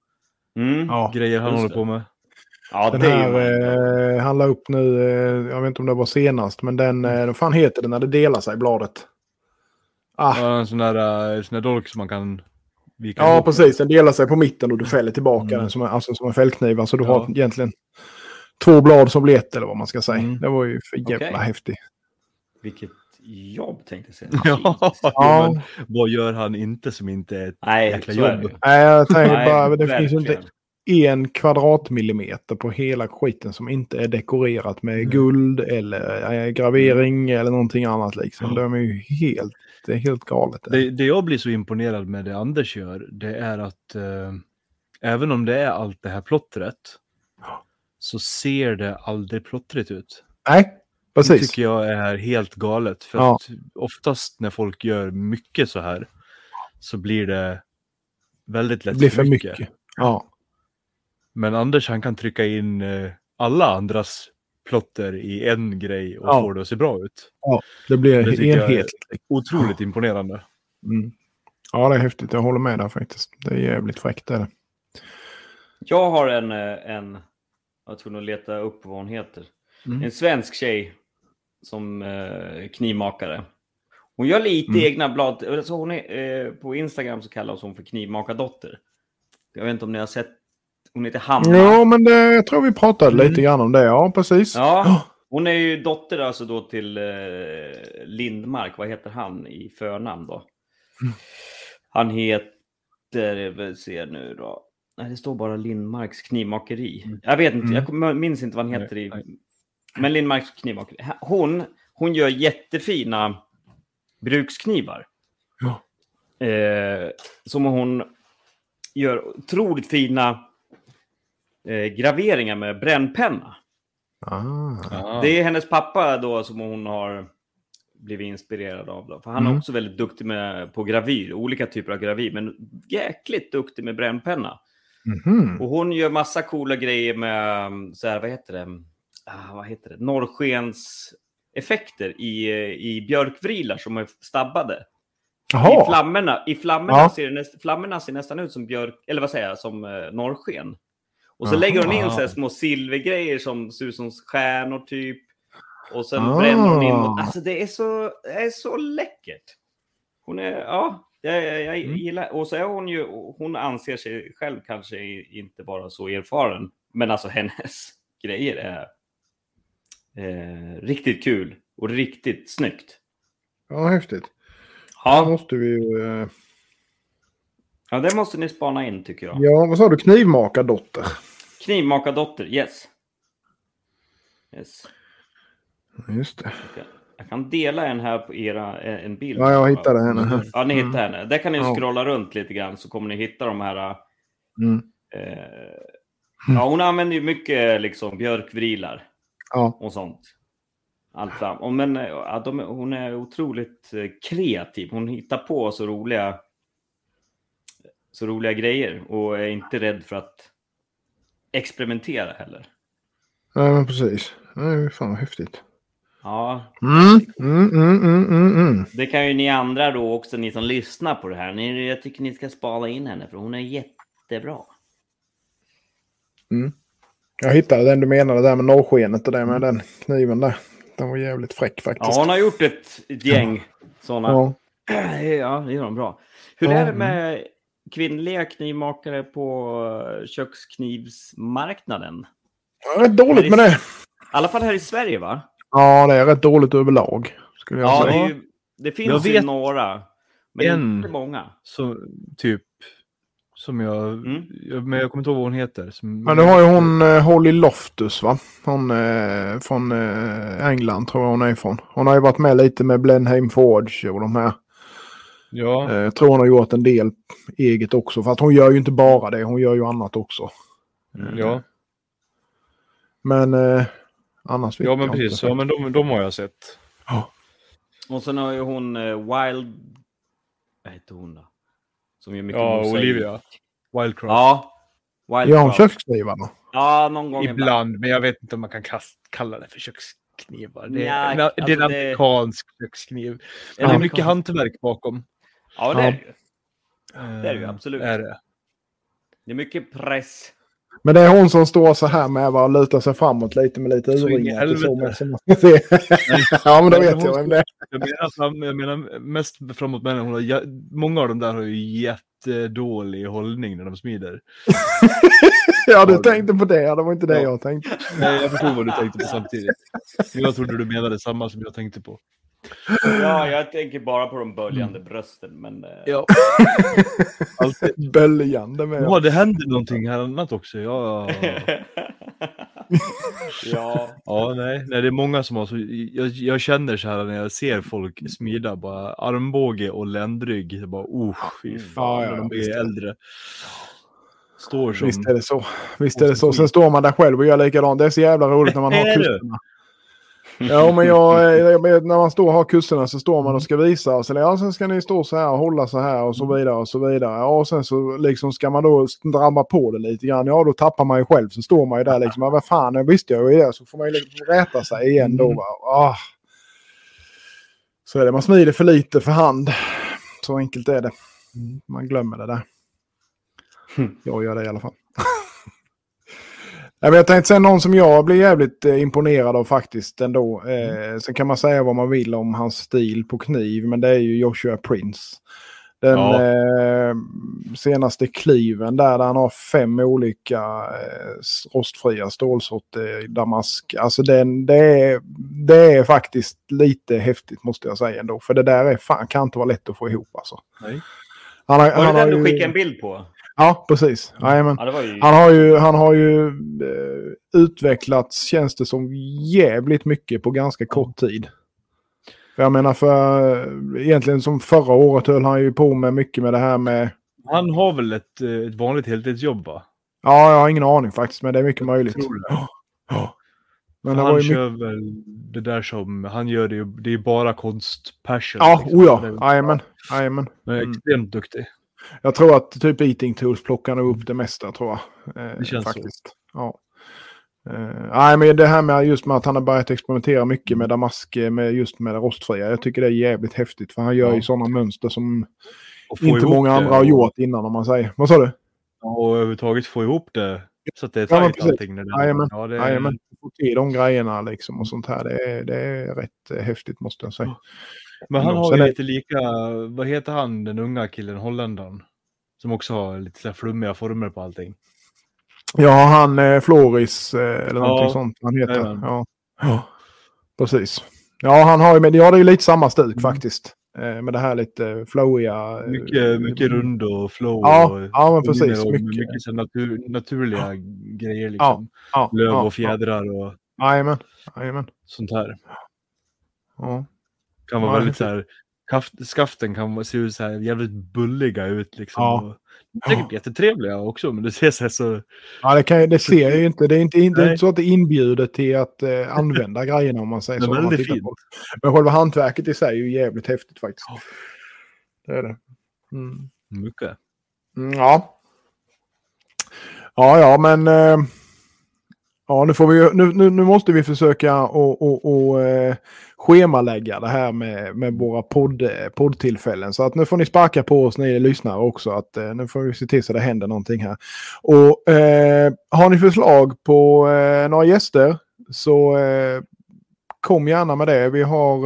grejer han håller på med. Ja, den här han la upp nu, jag vet inte om det var senast, men den, vad fan heter det när det delar sig i bladet? Ja, en sån där dolk som man kan vika. Ja, precis. Den delar sig på mitten och du fäller tillbaka den som en fällkniv. Alltså du har egentligen 2 blad som blir ett eller vad man ska säga. Det var ju för jävla häftigt. Vilket jobb tänkte jag säga. Ja. Men vad gör han inte som inte är ett jäkla jobb? Nej, jag tänker bara, det finns ju inte 1 kvadratmillimeter på hela skiten som inte är dekorerat med guld eller gravering eller någonting annat liksom. De är ju helt galet. Det jag blir så imponerad med det Anders gör, det är att även om det är allt det här plottret så ser det aldrig plottrigt ut. Nej, precis. Det tycker jag är helt galet. För att oftast när folk gör mycket så här så blir det väldigt lätt det blir för mycket. Ja. Men Anders, han kan trycka in alla andras plotter i en grej och få det att se bra ut. Ja, det blir enhetligt. Otroligt imponerande. Ja, det är häftigt. Jag håller med där faktiskt. Det är jävligt fräckt. Är det. Jag har en jag tror nog leta upp vad hon heter. En svensk tjej som knivmakare. Hon gör lite egna blad. Alltså hon är, på Instagram så kallas hon för knivmakardotter. Jag vet inte om ni har sett. Hon heter Hanna. Ja, men jag tror vi pratade lite grann om det. Ja, precis. Ja, hon är ju dotter alltså då till Lindmark. Vad heter han i förnamn då? Han heter, ser nu då. Nej, det står bara Lindmarks knivmakeri. Jag vet inte, jag minns inte vad han heter men Lindmarks knivmakeri. Hon gör jättefina bruksknivar. Ja. Som hon gör otroligt fina graveringar med brännpenna. Det är hennes pappa då som hon har blivit inspirerad av då. För han är också väldigt duktig på gravyr, olika typer av gravyr, men jäkligt duktig med brännpenna. Och hon gör massa coola grejer med så här, vad heter det? Norrskens effekter i björkvrilar som är stabbade. I flammorna ser nästan ut som björk, eller vad säger jag, som norrsken. Och så lägger hon in så här små silvergrejer som ser ut som stjärnor typ. Och sen bränner hon in. Alltså det är så läckert. Hon är, jag gillar. Och så är hon anser sig själv kanske inte vara så erfaren. Men alltså hennes grejer är riktigt kul och riktigt snyggt. Ja, häftigt. Ja, det måste vi ju... Ja, det måste ni spana in tycker jag. Ja, vad sa du? Knivmakardotter? Knivmakardotter, yes. Just det. Jag kan dela en här på en bild. Ja, jag hittade henne. Ja, ni hittar henne. Där kan ni scrolla runt lite grann så kommer ni hitta de här... Ja, hon använder ju mycket liksom björkvrilar och sånt. Allt fram. Men hon är otroligt kreativ. Hon hittar på så roliga grejer och är inte rädd för att experimentera heller. Ja, men precis. Det är fan vad häftigt. Ja. Det kan ju ni andra då också, ni som lyssnar på det här. Jag tycker ni ska spala in henne för hon är jättebra. Jag hittade den du menade där med norrskenet och det med den kniven där. Den var jävligt fräck faktiskt. Ja, hon har gjort ett gäng sådana. Ja. Ja, det gör de bra. Hur är det med kvinnliga knivmakare på köksknivsmarknaden? Rätt dåligt med det. I alla fall här i Sverige, va? Ja, det är rätt dåligt överlag. Skulle jag säga. Det finns ju några. Men inte många. Så, typ. Som men jag kommer inte ihåg vad hon heter. Men du har ju hon Holly Loftus, va? Hon från England tror jag hon är ifrån. Hon har ju varit med lite med Blenheim Forge och de här. Ja. Jag tror hon har gjort en del eget också. För att hon gör ju inte bara det. Hon gör ju annat också. Ja. Men annars vet ja, men jag precis. inte. Ja, men de har jag sett. Ja. Och sen har ju hon Wild... Vad heter hon då? Som gör mycket Olivia. Wildcraft. Ja. Ja, hon köksknivarna. Ja, någon gång ibland. Men jag vet inte om man kan kalla det för köksknivar. Det är, Nej, det är en amerikansk kökskniv. Det är mycket hantverk bakom. Ja, det är det ju. Det är det ju, absolut. Är det. Det är mycket press. Men det är hon som står så här med och lutar sig framåt lite med lite urringar. Ja, men då vet jag vem det är. Jag menar mest framåt med henne. Många av dem där har ju jättedålig hållning när de smider. Ja, du tänkte på det. Det var inte det jag tänkte. Nej, jag förstår vad du tänkte på samtidigt. Jag trodde du menade samma som jag tänkte på. Ja, jag tänker bara på de böljande brösten, men... Ja. Alltid. Böljande med. Ja, det händer någonting här annat också. Ja. Ja, nej, det är många som har så... Jag känner så här när jag ser folk smida bara armbåge och ländrygg. Så bara, fy fan, när de är äldre. Står som... Visst är det så. Visst är det så. Sen står man där själv och gör likadant. Det är så jävla roligt när man har kusterna. Ja, men när man står och har kusterna så står man och ska visa. Och sen ska ni stå så här och hålla så här och så vidare och så vidare. Ja, och sen så liksom ska man då drabba på det lite grann. Ja, då tappar man ju själv. Så står man ju där liksom. Vad fan, jag visste jag ju det. Så får man ju liksom räta sig igen då. Så är det. Man smider för lite för hand. Så enkelt är det. Man glömmer det där. Jag gör det i alla fall. Jag tänkte säga någon som jag blir jävligt imponerad av faktiskt ändå. Sen kan man säga vad man vill om hans stil på kniv. Men det är ju Joshua Prince. Den senaste kliven där han har 5 olika rostfria stålsorter i damask. Alltså det är faktiskt lite häftigt måste jag säga ändå. För det där kan inte vara lätt att få ihop alltså. Nej. Han har du skickade en bild på? Ja, precis. Ja, det var ju... Han har ju utvecklats, känns det som, jävligt mycket på ganska kort tid. För jag menar, egentligen som förra året höll han ju på med mycket med det här med... Han har väl ett vanligt heltidsjobb, va? Ja, jag har ingen aning faktiskt, men det är mycket möjligt. Ja. Men han kör väl det där som... Han gör det är bara konstpassion. Ja, liksom. Jajamän. Men är extremt duktig. Jag tror att typ Eating Tools plockar upp det mesta, tror jag. Det känns faktiskt. Så. Ja. Nej, men det här med just med att han har börjat experimentera mycket med damask, med det rostfria. Jag tycker det är jävligt häftigt, för han gör ju sådana mönster som inte många andra har gjort innan, om man säger. Vad sa du? Och överhuvudtaget få ihop det så att det är tajt allting. Jajamän. Få till de grejerna liksom och sånt här. Det är rätt häftigt måste jag säga. Men han har ju lite lika, vad heter han, den unga killen, holländaren? Som också har lite så här flummiga former på allting. Ja, han Floris eller någonting sånt han heter. Ja, precis. Ja, han har ju, men det är ju lite samma stuk faktiskt. Med det här lite flowiga. Mycket rund och flow. Ja, men precis. Mycket så naturliga grejer liksom. Löv och fjädrar och sånt här. Ja. Kan vara väldigt så här, skaften kan se ut så här jävligt bulliga ut liksom. Ja. Säkert jättetrevliga också, men det ser så... Ja, det ser ju inte. Det är inte så att det är inbjudet till att använda grejerna, om man säger så. Men, det är fint. Men själva hantverket i sig är ju jävligt häftigt faktiskt. Det är det. Mycket. Ja. Ja, men... Ja, nu måste vi försöka och schemalägga det här med våra poddtillfällen. Så att nu får ni sparka på oss, ni lyssnare också. Att nu får vi se till så det händer någonting här. Och har ni förslag på några gäster så kom gärna med det. Vi har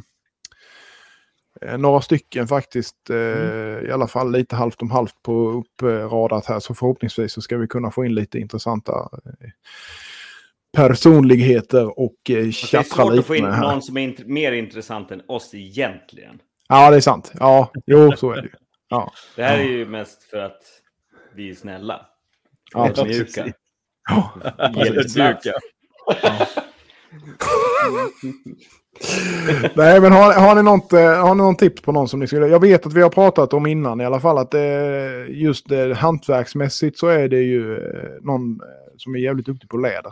några stycken faktiskt, i alla fall lite halvt om halvt på uppradat här. Så förhoppningsvis så ska vi kunna få in lite intressanta personligheter och Det är tjattra svårt lite att få in med här. någon som är mer intressant än oss egentligen. Ja, det är sant. Ja, jo, så är det ju. Ja, Det här är ju mest för att vi är snälla. ja, Rätt mjuka. ja. Ge lite plats. Nej, men har ni någon tips på någon som ni skulle... Jag vet att vi har pratat om innan i alla fall att just hantverksmässigt så är det ju någon som är jävligt duktig på läder.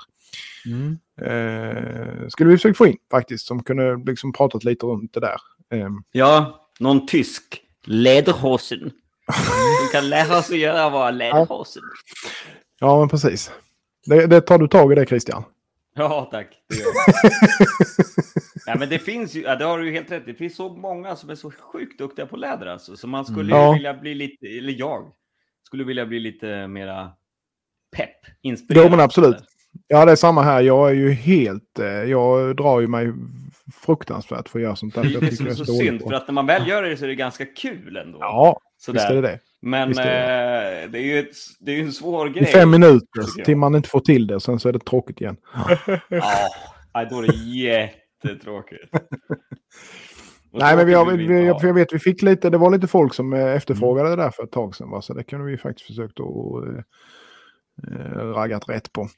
Skulle vi försöka få in faktiskt som kunde liksom pratat lite runt det där. Ja, någon tysk. Läderhosen. Du kan lära oss att göra våra läderhosen. Ja, men precis. Det tar du tag i det, Christian. Ja, tack. Det gör jag. Ja, men det finns ju, det har du ju helt rätt. Det finns så många som är så sjukt duktiga på läder alltså. Så man skulle ju vilja bli lite, eller jag skulle vilja bli lite mera pepp, inspirerad. Jo, men absolut. Ja, det är samma här. Jag är ju helt... jag drar ju mig fruktansvärt för att göra sånt där. Det är så synd, för att när man väl gör det så är det ganska kul ändå. Ja, sådär. visst är det det. Men det är ju en svår grej. I 5 minuter till man inte får till det, sen så är det tråkigt igen. Ja, då är det jättetråkigt. Nej, men jag vet vi fick lite, det var lite folk som efterfrågade det där för ett tag sedan. Va? Så det kunde vi faktiskt försökt att raggat rätt på.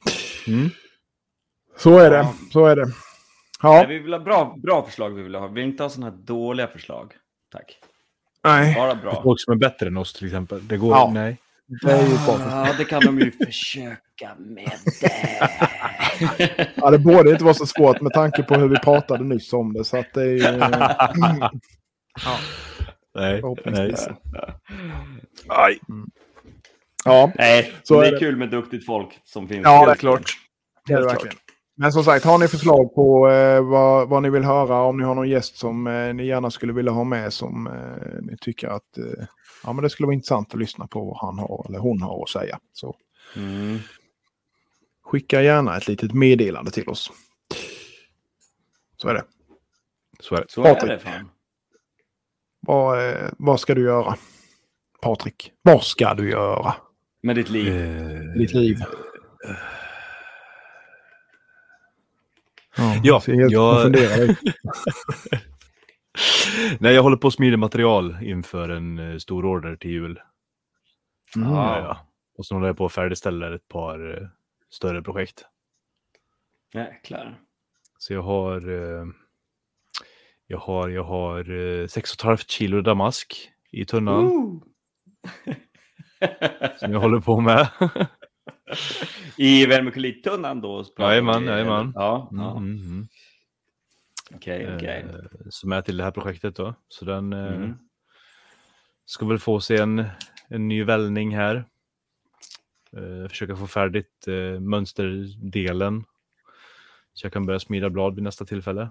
Så är det, så är det. Ja. Nej, vi vill ha bra förslag. Vi vill inte ha sådana här dåliga förslag. Tack. Nej. Bara bra. Folk som är bättre än oss till exempel. Det går, nej. Det är ju bra. Ja, det kan de ju försöka med det. Ja, det borde inte vara så svårt med tanke på hur vi pratade nyss om det. Så att det är ju... ja. Nej. Ja, nej, så det är är kul med duktigt folk som finns. Ja, det är klart. Det är det verkligen. Men som sagt, har ni förslag på vad ni vill höra, om ni har någon gäst som ni gärna skulle vilja ha med som ni tycker att men det skulle vara intressant att lyssna på vad han har eller hon har att säga. Så skicka gärna ett litet meddelande till oss. Så är det. Så är det. Så är det fan. Vad ska du göra? Patrik, vad ska du göra? Med ditt liv. Ditt liv. Ja, Nej, jag håller på att smida material inför en stor order till jul. Ja. Och så håller jag på att färdigställa ett par större projekt. Jäklar. Så jag har 6,5 kilo damask i tunnan. Som jag håller på med. I vermikulittunnan då? Jajamän. Ja. Okej. Som är till det här projektet då. Så den ska väl få sig en ny vällning här. Försöka få färdigt mönsterdelen. Så jag kan börja smida blad vid nästa tillfälle.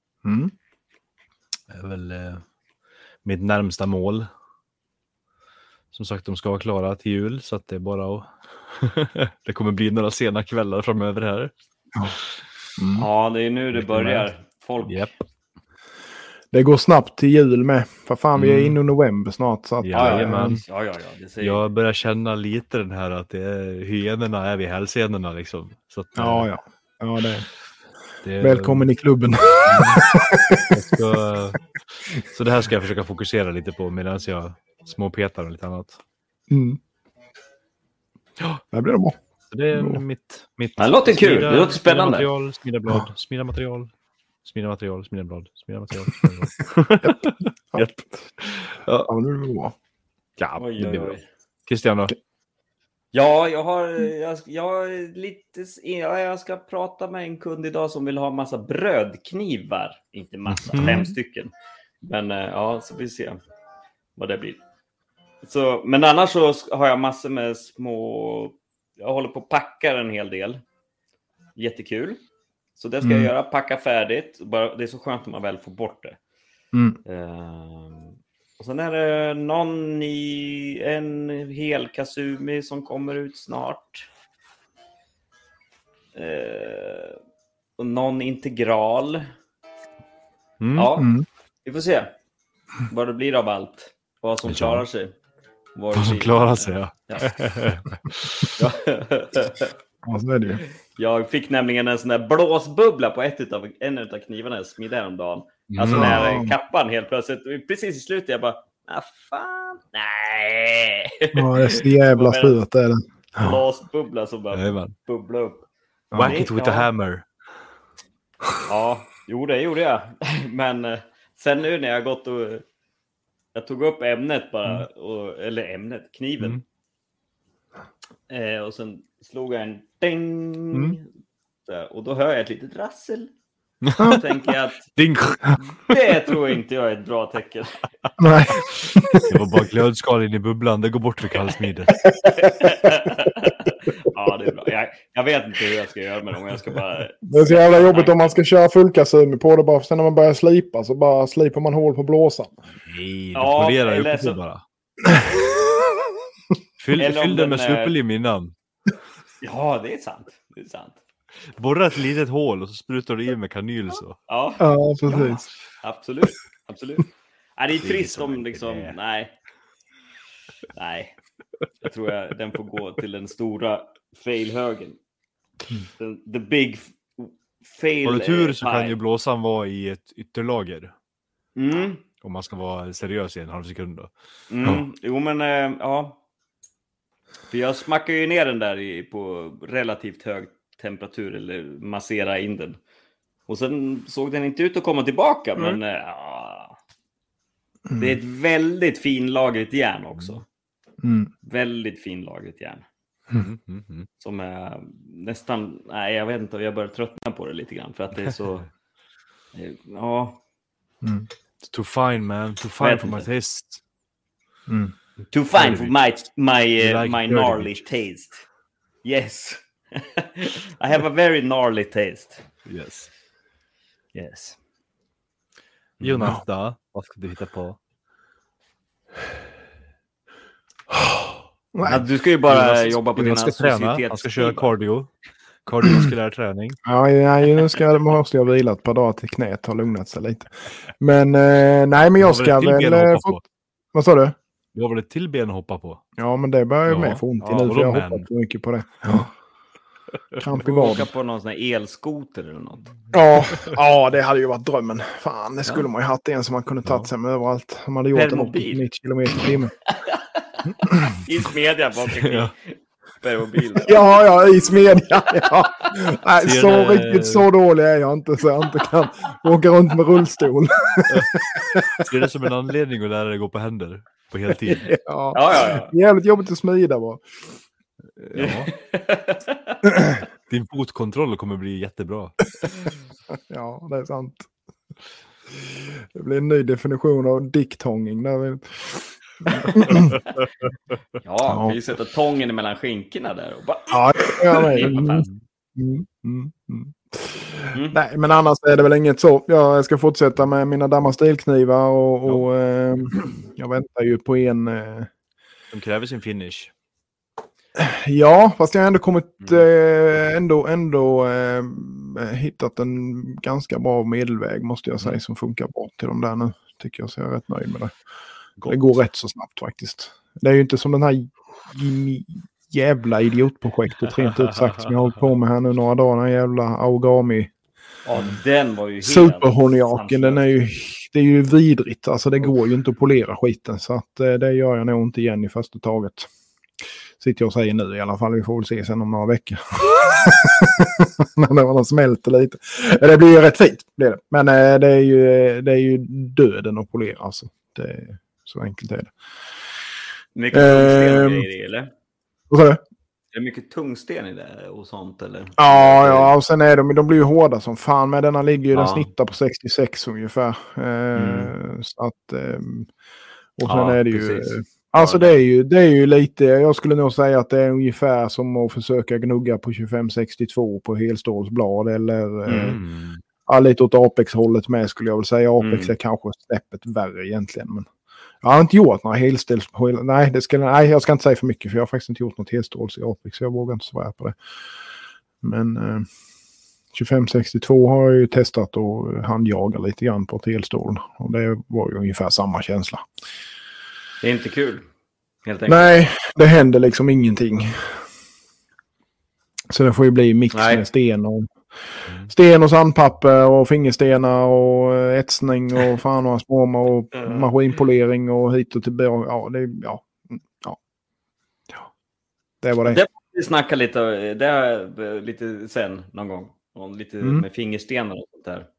Det är väl mitt närmsta mål. Som sagt, de ska vara klara till jul. Så att det är bara att... det kommer bli några sena kvällar framöver här. Ja, det är nu det börjar. Folk. Yep. Det går snabbt till jul med. För fan, vi är inne i november snart. Så att, Jajamän. Ja, det säger jag börjar känna lite den här att det är hyenorna är vid hälsenorna liksom. Så att, ja, det välkommen i klubben. Så det här ska jag försöka fokusera lite på medan jag småpetar och lite annat. Ja, det blir bra. Så det är mitt det låter kul, det låter spännande. Smida blad, smida material. Smida material, smida blad, smida material. Japp. Ja, det blir bra. Ja, det blir bra. Christian då? Ja, jag ska prata med en kund idag som vill ha massa brödknivar. Inte massa, 5 stycken. Men så vi se vad det blir. Så, men annars så har jag massor med små... Jag håller på att packa en hel del. Jättekul. Så det ska jag göra, packa färdigt. Det är så skönt när man väl får bort det. Och sen är det en hel Kasumi som kommer ut snart. Och någon integral Ja, vi får se vad det blir av allt. Vad som klarar sig. Vad som klarar sig, ja. Ja, så är det ju. Jag fick nämligen en sån där blåsbubbla på en av knivarna jag smidde häromdagen. Alltså när kappan helt plötsligt, precis i slutet, jag bara, fan, nej. Ja, det är så jävla surt är det. Blåsbubbla som bara bubblar upp. Whack it with a hammer. Ja, jo det gjorde jag. Men sen nu när jag gått och jag tog upp ämnet bara, kniven. Och sen slog jag en ding. Och då hör jag ett litet rassel. Då tänker jag att det tror jag inte jag är ett bra tecken. Nej. Det var bara glödskal in i bubblan. Det går bort vid kallsmidet. Ja, det är bra. Jag vet inte hur jag ska göra med dem. Jag ska bara... Det är så jävla jobbigt om man ska köra fullkasumi på det. Bara för sen när man börjar slipa så bara slipar man hål på blåsan. Nej, du polerar ju på bara. Fyll den med superlim innan. Ja, det är sant. Det är sant. Borra ett litet hål och så sprutar du i med kanyl så. Ja, precis. Ja, absolut. Nej, det är trist om liksom... Nej. Jag tror den får gå till den stora fail-högen. The big fail. Har du tur så kan ju blåsan vara i ett ytterlager. Om man ska vara seriös i en halv sekund då. Jo, men ja. För jag smackar ju ner den där på relativt hög temperatur eller massera in den. Och sen såg den inte ut att komma tillbaka, men det är ett väldigt finlagrigt järn också. Väldigt finlagrigt järn. Som är nästan, nej jag vet inte, jag börjar tröttna på det lite grann för att det är så Too fine man, too fine for my taste. Too fine for my gnarly taste. Yes. I have a very gnarly taste. Yes. Jonas då? Vad ska du hitta på? Du ska ju bara jobba på dina societets. Han ska köra kardiovaskulär träning. Ja, nu måste jag vila ett par dagar till knät har lugnat sig lite. Men nej, men jag ska väl... Vad sa du? Du har väl ett till ben att hoppa på? Ja, men det börjar ju med få ont i nu för jag har hoppat mycket på det. Kramp i vaden. Åka på någon sån här elskoter eller något. Ja, det hade ju varit drömmen. Fan, det skulle man ju haft en som man kunde tagit sig med överallt. Man hade gjort en 90 km i timmen. I smedjan bakom permobil. Ja, i smedjan. Ja. Nej, riktigt så dålig är jag inte så jag inte kan åka runt med rullstol. Ser det som en anledning att lära dig gå på händer på heltid? Ja. Jävligt jobbigt att smida bara. Ja. Din fotkontroll kommer bli jättebra. Ja, det är sant. Det blir en ny definition av dicktånging där. Ja, vi sätter tången mellan skinkorna där och bara... Nej, men annars är det väl inget så. Jag ska fortsätta med mina dammastilknivar och jag väntar ju på en... De kräver sin finish. Ja, fast jag har ändå kommit hittat en ganska bra medelväg måste jag säga som funkar bra till de där nu. Tycker jag, så jag är rätt nöjd med det. Det går rätt så snabbt faktiskt. Det är ju inte som den här jävla idiotprojektet rent ut sagt som jag har hållit på med här nu några dagar. Den jävla origami. Ja, den var ju superhoniaken, det är ju vidrigt. Alltså det går ju inte att polera skiten så att det gör jag nog inte igen i första taget. Sitter jag och säger nu i alla fall. Vi får väl se sen om några veckor. När det smälter lite. Det blir ju rätt fint. Blir det. Men det är ju döden att polera. Alltså. Det är, så enkelt är det. Mycket tungsten i det, eller? Vad sa du? Är det mycket tungsten i det och sånt, eller? Ja, och sen är de blir ju hårda som fan. Men denna ligger ju, den snittar på 66 ungefär. Så att... och sen är det ju... Precis. Alltså det är ju lite, jag skulle nog säga att det är ungefär som att försöka gnugga på 2562 på helstålsblad eller lite åt Apex-hållet med skulle jag väl säga. Apex är kanske snäppet värre egentligen. Men jag har inte gjort några helståls... Nej, jag ska inte säga för mycket för jag har faktiskt inte gjort något helståls i Apex så jag vågar inte svara på det. Men 2562 har jag ju testat och handjaga lite grann på ett elstål. Och det var ju ungefär samma känsla. Det är inte kul. Helt enkelt. Nej, det händer liksom ingenting. Så det får ju bli mix med sten och sandpapper och fingerstenar och etsning och fan och småma och maskinpolering och hit och tillbaka. Det var det. Det vi snacka lite sen någon gång. Om lite med fingerstenar och sånt där.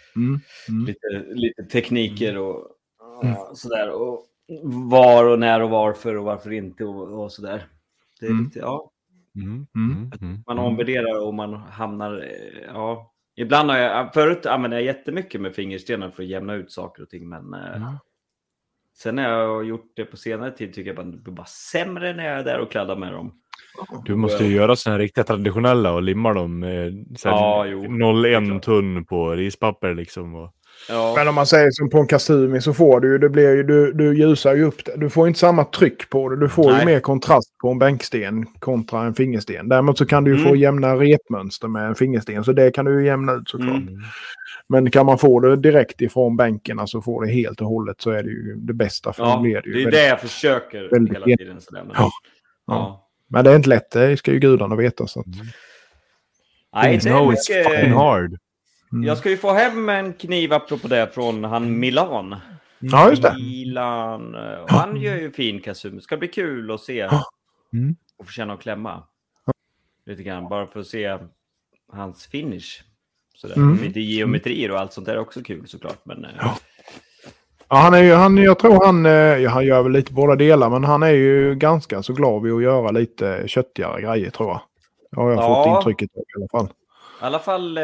Lite tekniker och sådär. Och var och när och varför och varför inte och sådär. Det är lite, man omvärderar och man hamnar, ibland förut använde jag jättemycket med fingerstenar för att jämna ut saker och ting, men sen när jag har gjort det på senare tid tycker jag bara sämre när jag är där och kladdar med dem. Du måste ju göra såna här riktigt traditionella och limma dem med 0,1 tunn på rispapper liksom. Och... Ja. Men om man säger som på en Kasumi så får du ljusar ju upp det. Du får inte samma tryck på det. Du får ju mer kontrast på en bänksten kontra en fingersten. Däremot så kan du ju få jämna repmönster med en fingersten. Så det kan du ju jämna ut såklart. Men kan man få det direkt ifrån bänken, alltså få det helt och hållet, så är det ju det bästa. För det är ju det jag försöker hela tiden. Sådär, men... Men det är inte lätt, det ska ju gudarna veta. Så att... Nej, det är it's fucking hard. Jag ska ju få hem en kniv apropå det från han Milan. Ja, just det. Milan. Han gör ju fin Kasumi. Det ska bli kul att se och få känna och klämma. Lite grann, bara för att se hans finish. Sådär. Lite geometrier och allt sånt där är också kul såklart. Men, jag tror han gör väl lite båda delar, men han är ju ganska så glad vid att göra lite köttigare grejer, tror jag. Ja, jag har fått intrycket i alla fall. I alla fall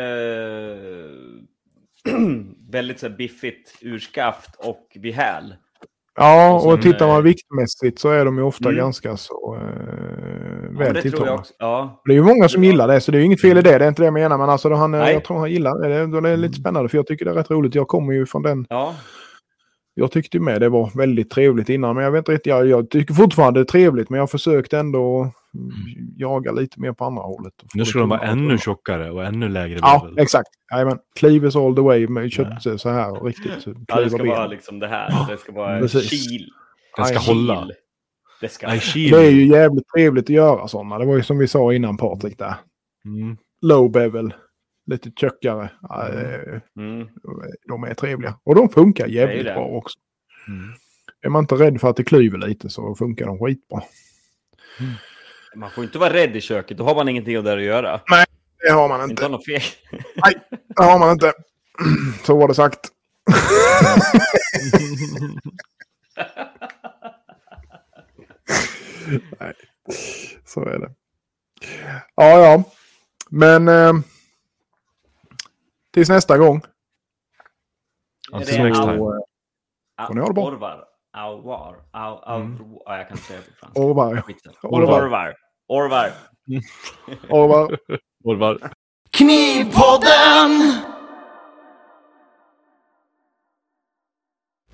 väldigt så biffigt ur skaft och vid häl. Ja, och tittar man viktmässigt så är de ju ofta ganska så väl tilltagna. Det är ju många som gillar det, så det är ju inget fel i det. Det är inte det jag menar, men alltså jag tror han gillar det. Det är lite spännande, för jag tycker det är rätt roligt. Jag kommer ju från den... Ja. Jag tyckte ju med det var väldigt trevligt innan, men jag vet inte riktigt. Jag tycker fortfarande det är trevligt, men jag har försökt ändå jaga lite mer på andra hållet. Nu ska de vara ännu tjockare och ännu lägre. Ja, exakt. Men cleavers all the way med kött så här och riktigt. Ja, det ska vara liksom det här. Det ska vara kil. Den ska hålla. Det är ju jävligt trevligt att göra sådana. Det var ju som vi sa innan, Patrik, där. Low bevel. Lite tjockare. De är trevliga. Och de funkar jävligt bra också. Är man inte rädd för att det klyver lite så funkar de skitbra. Man får inte vara rädd i köket. Då har man ingenting där att göra. Nej, det har man inte. Inte något fel. Nej, det har man inte. Så var det sagt. Nej, så är det. Ja. Men tills nästa gång. Tills nästa gång. Får ni ha det bra. Orvar. Jag kan säga det på franska. Orvar. Knivpodden!